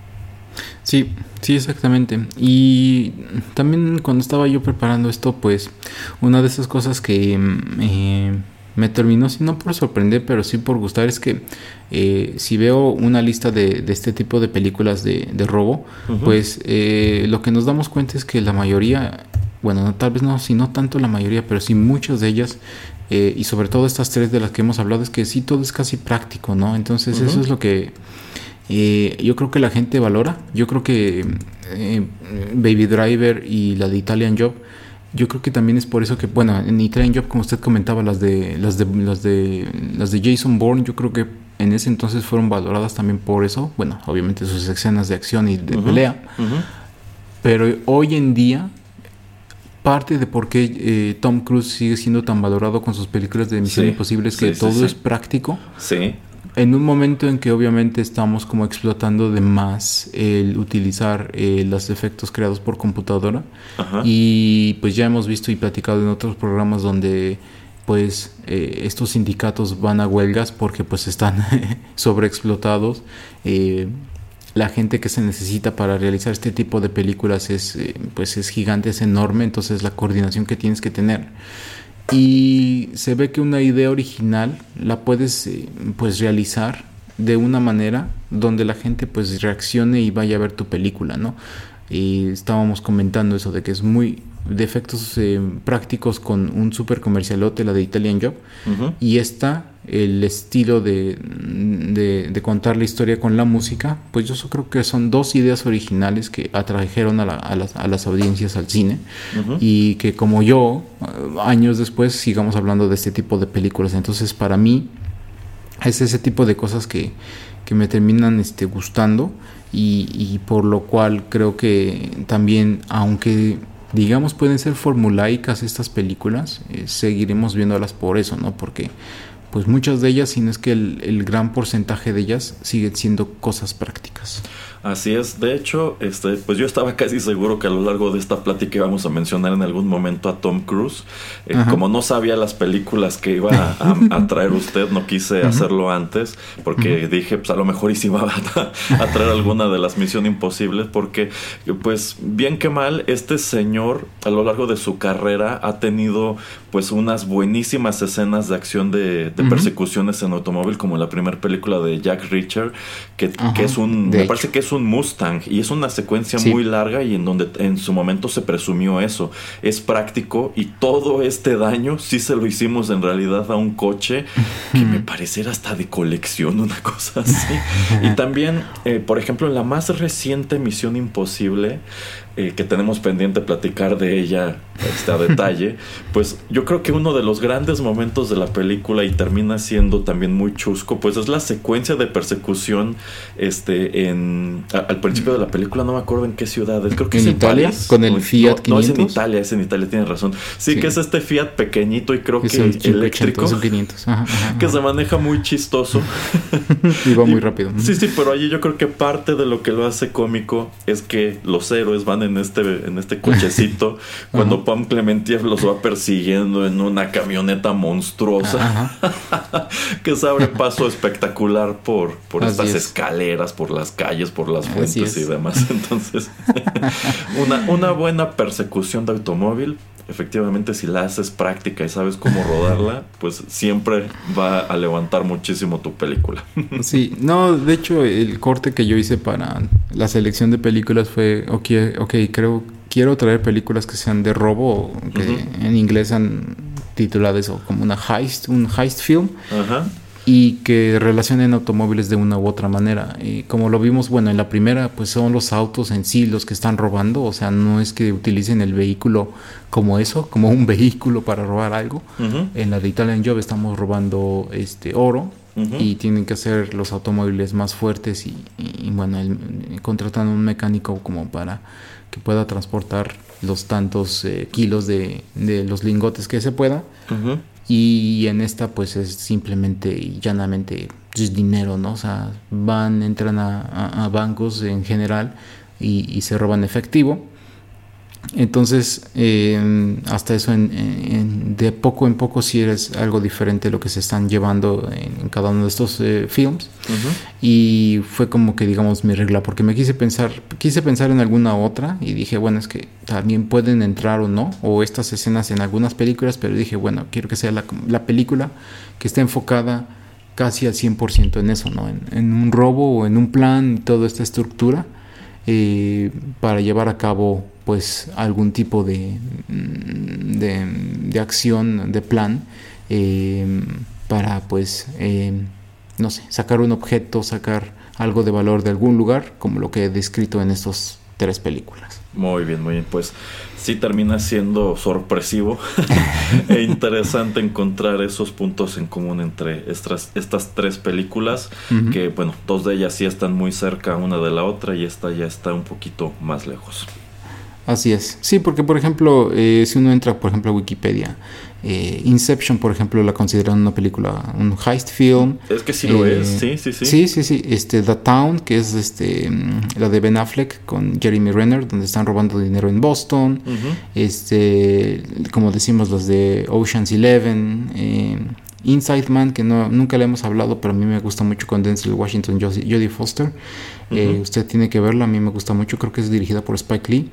Sí, sí, exactamente. Y también cuando estaba yo preparando esto, pues una de esas cosas que eh, me terminó, si no por sorprender, pero sí por gustar, es que eh, si veo una lista de, de este tipo de películas de, de robo, uh-huh. pues eh, lo que nos damos cuenta es que la mayoría, bueno, no, tal vez no, si no tanto la mayoría, pero sí muchas de ellas, eh, y sobre todo estas tres de las que hemos hablado, es que sí todo es casi práctico, ¿no? Entonces uh-huh. eso es lo que eh, yo creo que la gente valora. Yo creo que eh, Baby Driver y la de Italian Job yo creo que también es por eso que, bueno, en Italian Job, como usted comentaba, las de las de las de las de Jason Bourne, yo creo que en ese entonces fueron valoradas también por eso. Bueno, obviamente sus escenas de acción y de uh-huh, pelea. Uh-huh. Pero hoy en día, parte de por qué eh, Tom Cruise sigue siendo tan valorado con sus películas de Misión sí, Imposible es que sí, todo sí, sí. es práctico. Sí. En un momento en que obviamente estamos como explotando de más el utilizar eh, los efectos creados por computadora. Ajá. Y pues ya hemos visto y platicado en otros programas donde pues eh, estos sindicatos van a huelgas porque pues están sobreexplotados. Eh, la gente que se necesita para realizar este tipo de películas es eh, pues es gigante, es enorme, entonces la coordinación que tienes que tener. Y se ve que una idea original la puedes eh, pues realizar de una manera donde la gente pues reaccione y vaya a ver tu película, ¿no? Y estábamos comentando eso de que es muy de efectos eh, prácticos con un super comercialote, la de Italian Job, uh-huh. y esta el estilo de, de, de contar la historia con la música, pues yo creo que son dos ideas originales que atrajeron a, la, a, las, a las audiencias al cine, uh-huh. y que como yo, años después sigamos hablando de este tipo de películas. Entonces para mí es ese tipo de cosas que, que me terminan este, gustando y, y por lo cual creo que también, aunque digamos pueden ser formulaicas estas películas, eh, seguiremos viéndolas por eso, ¿no? Porque pues muchas de ellas, si no es que el, el gran porcentaje de ellas siguen siendo cosas prácticas. Así es. De hecho, este, pues yo estaba casi seguro que a lo largo de esta plática íbamos a mencionar en algún momento a Tom Cruise. Eh, como no sabía las películas que iba a, a traer usted, no quise uh-huh. hacerlo antes, porque uh-huh. dije, pues a lo mejor y si va a, a traer alguna de las Misión Imposibles, porque pues bien que mal, este señor a lo largo de su carrera ha tenido pues unas buenísimas escenas de acción de, de uh-huh. persecuciones en automóvil, como la primera película de Jack Reacher, que, uh-huh. que es un, de me hecho. parece que es un Mustang, y es una secuencia sí. muy larga, y en donde en su momento se presumió eso. Es práctico, y todo este daño sí se lo hicimos en realidad a un coche que me pareciera hasta de colección, una cosa así. Y también, eh, por ejemplo, en la más reciente Misión Imposible, eh, que tenemos pendiente platicar de ella este, a detalle, pues yo creo que uno de los grandes momentos de la película, y termina siendo también muy chusco, pues es la secuencia de persecución este en a, al principio de la película. No me acuerdo en qué ciudad es, creo que ¿En es en Italia? París, con el Fiat no, quinientos. No, es en Italia, es en Italia, tienes razón. Sí, sí, que es este Fiat pequeñito y creo es que el eléctrico, es un quinientos. Ajá, ajá, que ajá. se maneja muy chistoso y va muy rápido. Sí, sí, pero allí yo creo que parte de lo que lo hace cómico es que los héroes van en este en este cochecito cuando Pam Clementieff los va persiguiendo en una camioneta monstruosa que se abre paso espectacular por, por estas es. escaleras, por las calles, por las fuentes y demás. Entonces, una, una buena persecución de automóvil, efectivamente, si la haces práctica y sabes cómo rodarla, pues siempre va a levantar muchísimo tu película. Sí, no, de hecho el corte que yo hice para la selección de películas fue, ok, okay creo, quiero traer películas que sean de robo, que uh-huh. en inglés han titulado eso como una heist, un heist film. Ajá. Uh-huh. Y que relacionen automóviles de una u otra manera. Y como lo vimos, bueno, en la primera, pues son los autos en sí los que están robando. O sea, no es que utilicen el vehículo como eso, como un vehículo para robar algo. Uh-huh. En la de Italian Job estamos robando este oro. Uh-huh. Y tienen que hacer los automóviles más fuertes. Y, y, y bueno, el, contratan un mecánico como para que pueda transportar los tantos eh, kilos de, de los lingotes que se pueda. Uh-huh. Y en esta pues es simplemente y llanamente pues, dinero, ¿no? O sea, van, entran a, a, a bancos en general y, y se roban efectivo. Entonces, eh, hasta eso en, en, de poco en poco sí es algo diferente lo que se están llevando en, en cada uno de estos eh, films. Uh-huh. Y fue como que, digamos, mi regla, porque me quise pensar, quise pensar en alguna otra y dije, bueno, es que también pueden entrar o no, o estas escenas en algunas películas, pero dije, bueno, quiero que sea la, la película que esté enfocada casi al cien por ciento en eso, ¿no? En, en un robo o en un plan, toda esta estructura eh, para llevar a cabo pues algún tipo de, de, de acción, de plan eh, para pues eh, no sé, sacar un objeto, sacar algo de valor de algún lugar, como lo que he descrito en estos tres películas. Muy bien, muy bien. Pues sí termina siendo sorpresivo e interesante encontrar esos puntos en común entre estas, estas tres películas, uh-huh. que bueno, dos de ellas sí están muy cerca una de la otra y esta ya está un poquito más lejos. Así es. Sí, porque por ejemplo, eh, si uno entra por ejemplo a Wikipedia, eh, Inception por ejemplo la consideran una película, un heist film. Es que sí lo eh, es, sí, sí, sí. Sí, sí, sí. Este, The Town, que es este la de Ben Affleck con Jeremy Renner, donde están robando dinero en Boston. Uh-huh. Este, como decimos, las de Ocean's Eleven, eh, Inside Man, que no, nunca le hemos hablado, pero a mí me gusta mucho con Denzel Washington, Jodie Foster. Uh-huh. Eh, usted tiene que verla, a mí me gusta mucho, creo que es dirigida por Spike Lee.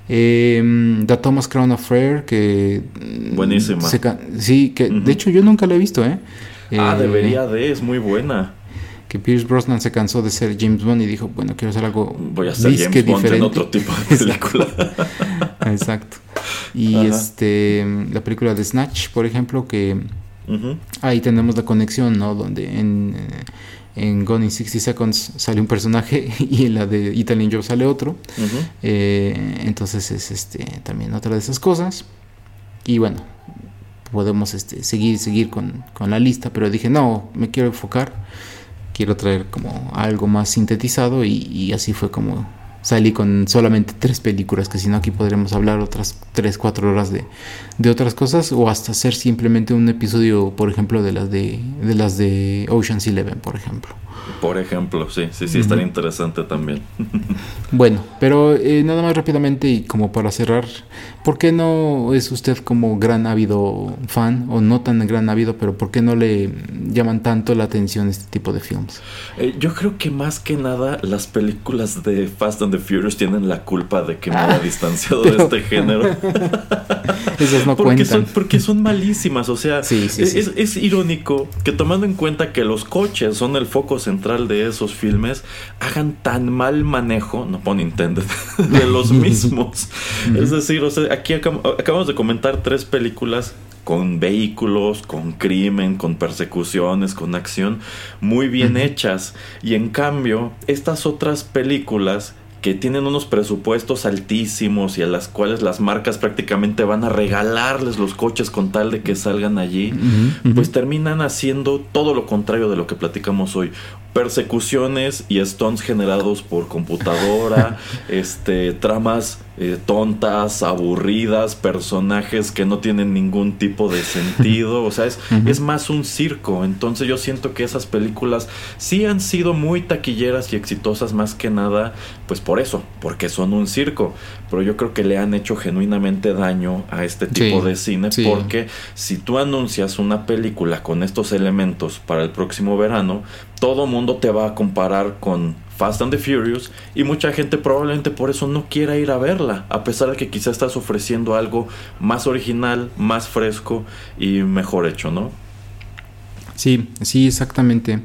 Eh, The Thomas Crown Affair, que buenísima. Se, sí, que uh-huh. de hecho yo nunca la he visto, ¿eh? Ah, eh, debería de, es muy buena. Que Pierce Brosnan se cansó de ser James Bond y dijo, bueno, quiero hacer algo voy a ser James Bond diferente. En otro tipo de película. Exacto. Y Ajá. este la película de Snatch, por ejemplo, que uh-huh. ahí tenemos la conexión, ¿no? Donde en En Gone in sixty seconds sale un personaje y en la de Italian Job sale otro. Uh-huh. Eh, entonces es este también otra de esas cosas. Y bueno, podemos este, seguir seguir con, con la lista, pero dije, no, me quiero enfocar. Quiero traer como algo más sintetizado y, y así fue como salí con solamente tres películas, que si no aquí podremos hablar otras tres, cuatro horas de, de otras cosas, o hasta hacer simplemente un episodio, por ejemplo, de las de, de las de Ocean's Eleven, por ejemplo. Por ejemplo, sí, sí, sí, uh-huh. estaría interesante también. Bueno, pero eh, nada más rápidamente y como para cerrar, ¿por qué no es usted como gran ávido fan, o no tan gran ávido, pero por qué no le llaman tanto la atención este tipo de films? Eh, yo creo que más que nada las películas de Fast and the Furious tienen la culpa de que me haya distanciado pero... de este género. Esas no porque cuentan. Son, porque son malísimas, o sea, sí, sí, es, sí. Es, es irónico que tomando en cuenta que los coches son el foco central de esos filmes, hagan tan mal manejo, no pun intended, de los mismos. Es decir, o sea, aquí acab- acabamos de comentar tres películas con vehículos, con crimen, con persecuciones, con acción, muy bien uh-huh. hechas. Y en cambio, estas otras películas que tienen unos presupuestos altísimos y a las cuales las marcas prácticamente van a regalarles los coches con tal de que salgan allí, uh-huh, uh-huh. pues terminan haciendo todo lo contrario de lo que platicamos hoy. Persecuciones y stunts generados por computadora, este tramas eh, tontas, aburridas, personajes que no tienen ningún tipo de sentido, o sea, es, uh-huh. es más un circo. Entonces yo siento que esas películas sí han sido muy taquilleras y exitosas, más que nada, pues por eso, porque son un circo, pero yo creo que le han hecho genuinamente daño a este tipo sí, de cine, sí. porque si tú anuncias una película con estos elementos para el próximo verano, todo mundo te va a comparar con Fast and the Furious y mucha gente probablemente por eso no quiera ir a verla, a pesar de que quizá estás ofreciendo algo más original, más fresco y mejor hecho, ¿no? Sí, sí, exactamente.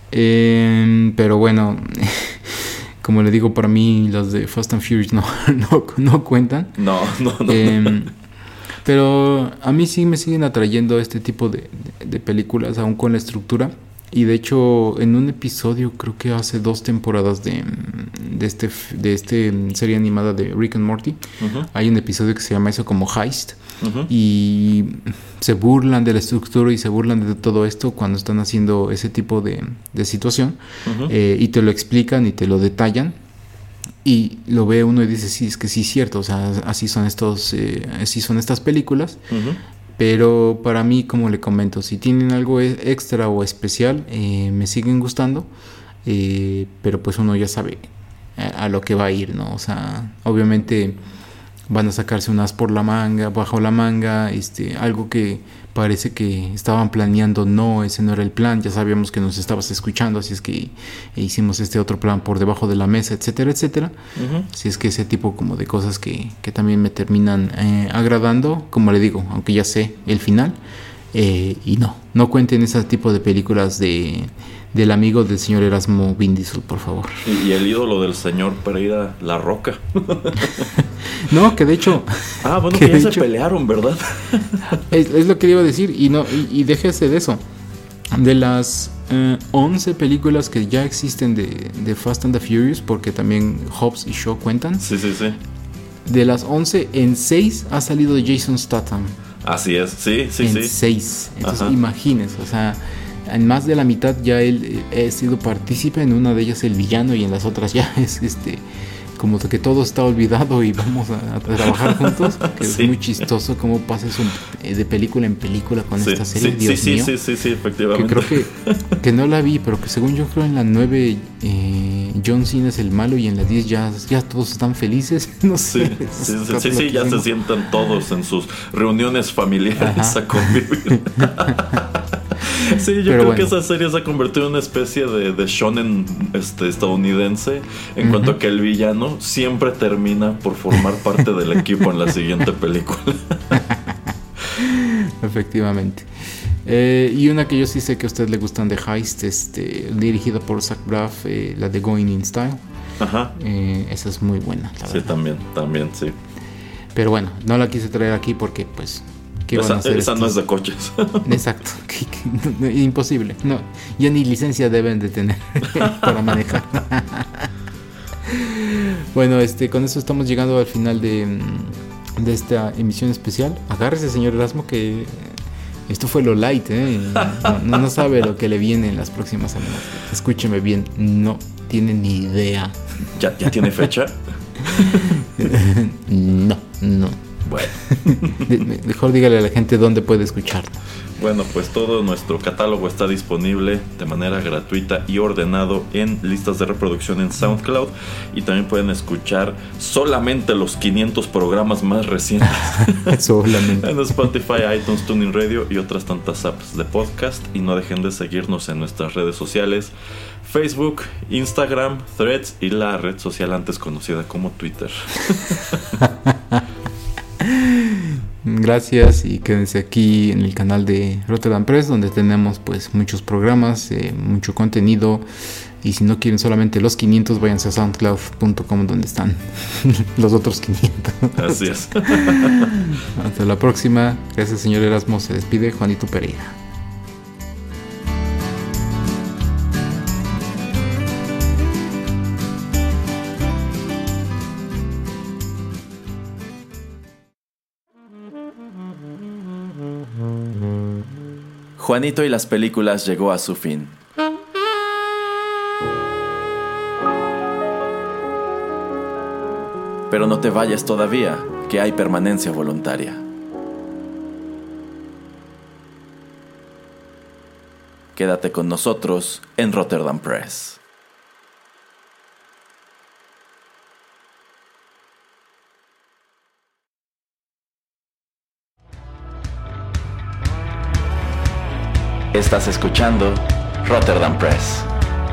Eh, pero bueno, como le digo, para mí las de Fast and Furious no, no, no cuentan. No, no, no. Eh, pero a mí sí me siguen atrayendo este tipo de, de, de películas, aún con la estructura. Y de hecho, en un episodio, creo que hace dos temporadas de, de este de este serie animada de Rick and Morty, uh-huh. hay un episodio que se llama eso como Heist. Uh-huh. Y se burlan de la estructura y se burlan de todo esto cuando están haciendo ese tipo de, de situación. Uh-huh. Eh, y te lo explican y te lo detallan. Y lo ve uno y dice, sí, es que sí es cierto. O sea, así son estos, eh, así son estas películas. Uh-huh. Pero para mí, como le comento, si tienen algo extra o especial, eh, me siguen gustando, eh, pero pues uno ya sabe a, a lo que va a ir, ¿no? O sea, obviamente van a sacarse unas por la manga, bajo la manga, este, algo que parece que estaban planeando, no, ese no era el plan, ya sabíamos que nos estabas escuchando, así es que hicimos este otro plan por debajo de la mesa, etcétera, etcétera. Uh-huh. Así es que ese tipo como de cosas que, que también me terminan eh, agradando, como le digo, aunque ya sé el final, eh, y no, no cuenten ese tipo de películas de del amigo del señor Erasmo Vin Diesel, por favor. Y, y el ídolo del señor Pereira, La Roca. No, que de hecho... Ah, bueno, que, que ya se hecho, pelearon, ¿verdad? es, es lo que iba a decir, y no y, y déjese de eso. de las eh, once películas que ya existen de, de Fast and the Furious, porque también Hobbs y Shaw cuentan. Sí, sí, sí. De las once, en seis ha salido Jason Statham. Así es, sí, sí, en sí. En seis. Entonces, ajá, imagínense, o sea, en más de la mitad ya él eh, ha sido partícipe, en una de ellas el villano y en las otras ya es este como que todo está olvidado y vamos a, a trabajar juntos, que sí. Es muy chistoso cómo pasa eso de película en película con sí, esta serie, sí, Dios sí, mío. Sí, sí, sí, efectivamente. Que creo que, que no la vi, pero que según yo creo en la nueve eh, John Cena es el malo y en la diez ya, ya todos están felices, no sé. Sí, sí, sí, sí, sí, ya se sientan todos en sus reuniones familiares Ajá. a convivir. Sí, yo Pero creo bueno. que esa serie se ha convertido en una especie de, de shonen este, estadounidense en uh-huh. cuanto a que el villano siempre termina por formar parte del equipo en la siguiente película. Efectivamente. Eh, y una que yo sí sé que a usted le gustan de Heist, este, dirigida por Zach Braff, eh, la de Going in Style. Ajá. Eh, esa es muy buena, la Sí, verdad. también, también, sí. Pero bueno, no la quise traer aquí porque pues... Esa, esa no es de coches. Exacto. No, imposible. No, ya ni licencia deben de tener para manejar. Bueno, este, con eso estamos llegando al final de, de esta emisión especial. Agárrese, señor Erasmo, que esto fue lo light, ¿eh? No, no sabe lo que le viene en las próximas semanas. Escúcheme bien, no tiene ni idea. ¿Ya, ya tiene fecha? No, no. Bueno. Mejor dígale a la gente dónde puede escucharlo. Bueno, pues todo nuestro catálogo está disponible de manera gratuita y ordenado en listas de reproducción en SoundCloud. Y también pueden escuchar solamente los quinientos programas más recientes solamente en Spotify, iTunes, TuneIn Radio y otras tantas apps de podcast. Y no dejen de seguirnos en nuestras redes sociales: Facebook, Instagram, Threads y la red social antes conocida como Twitter. Gracias y quédense aquí en el canal de Rotterdam Press, donde tenemos pues muchos programas, eh, mucho contenido. Y si no quieren solamente los quinientos, váyanse a soundcloud punto com donde están los otros quinientos. Así es. Hasta la próxima. Gracias, señor Erasmo. Se despide Juanito Pereira. Juanito y las películas llegó a su fin. Pero no te vayas todavía, que hay permanencia voluntaria. Quédate con nosotros en Rotterdam Press. Estás escuchando Rotterdam Press.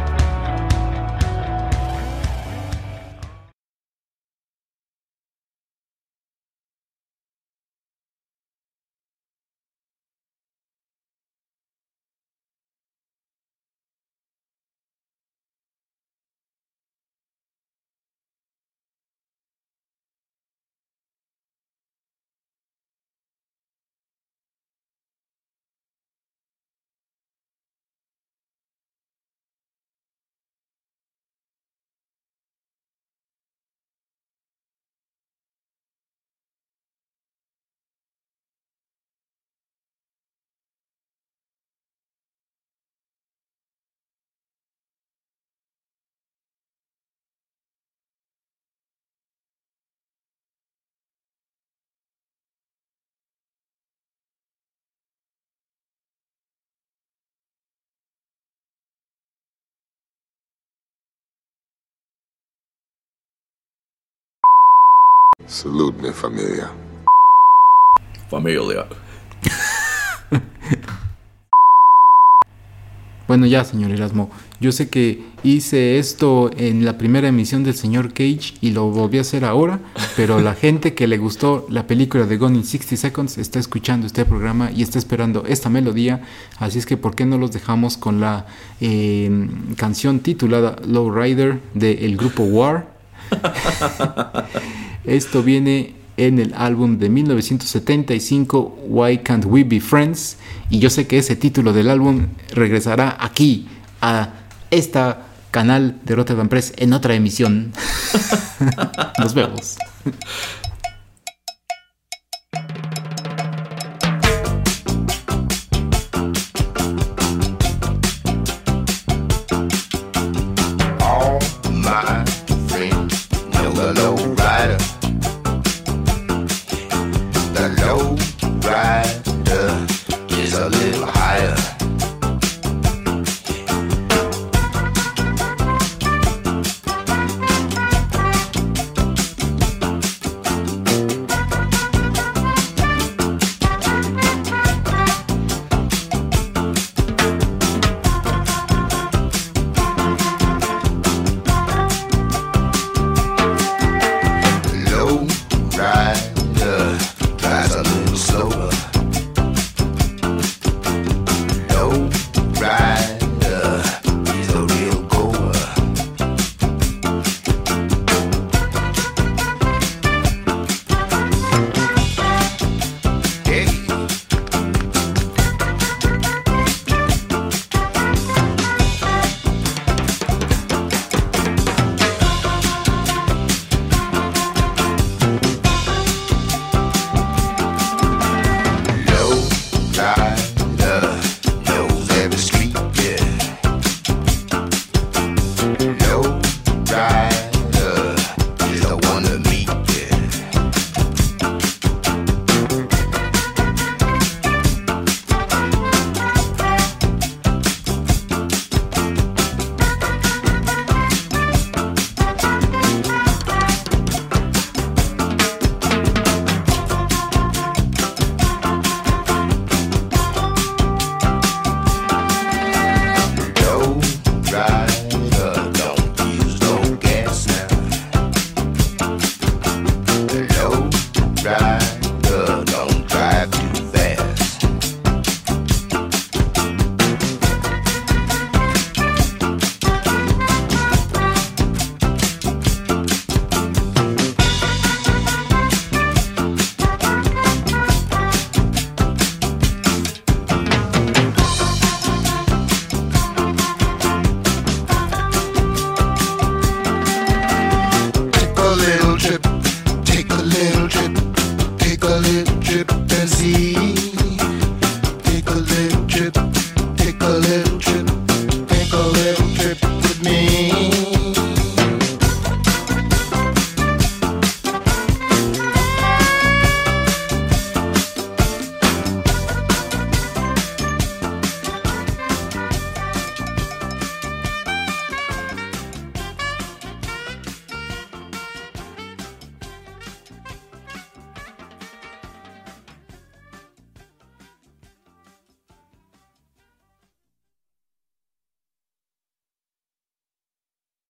Salute mi familia. Familia. Bueno, ya, señor Erasmo, yo sé que hice esto en la primera emisión del señor Cage y lo volví a hacer ahora, pero la gente que le gustó la película de Gone in sixty seconds está escuchando este programa y está esperando esta melodía, así es que ¿por qué no los dejamos con la eh, canción titulada Low Rider del grupo War? Esto viene en el álbum de mil novecientos setenta y cinco, Why Can't We Be Friends, y yo sé que ese título del álbum regresará aquí a esta canal de Rotterdam Press en otra emisión. Nos vemos. All my friends know the low rider. The low rider is a little higher.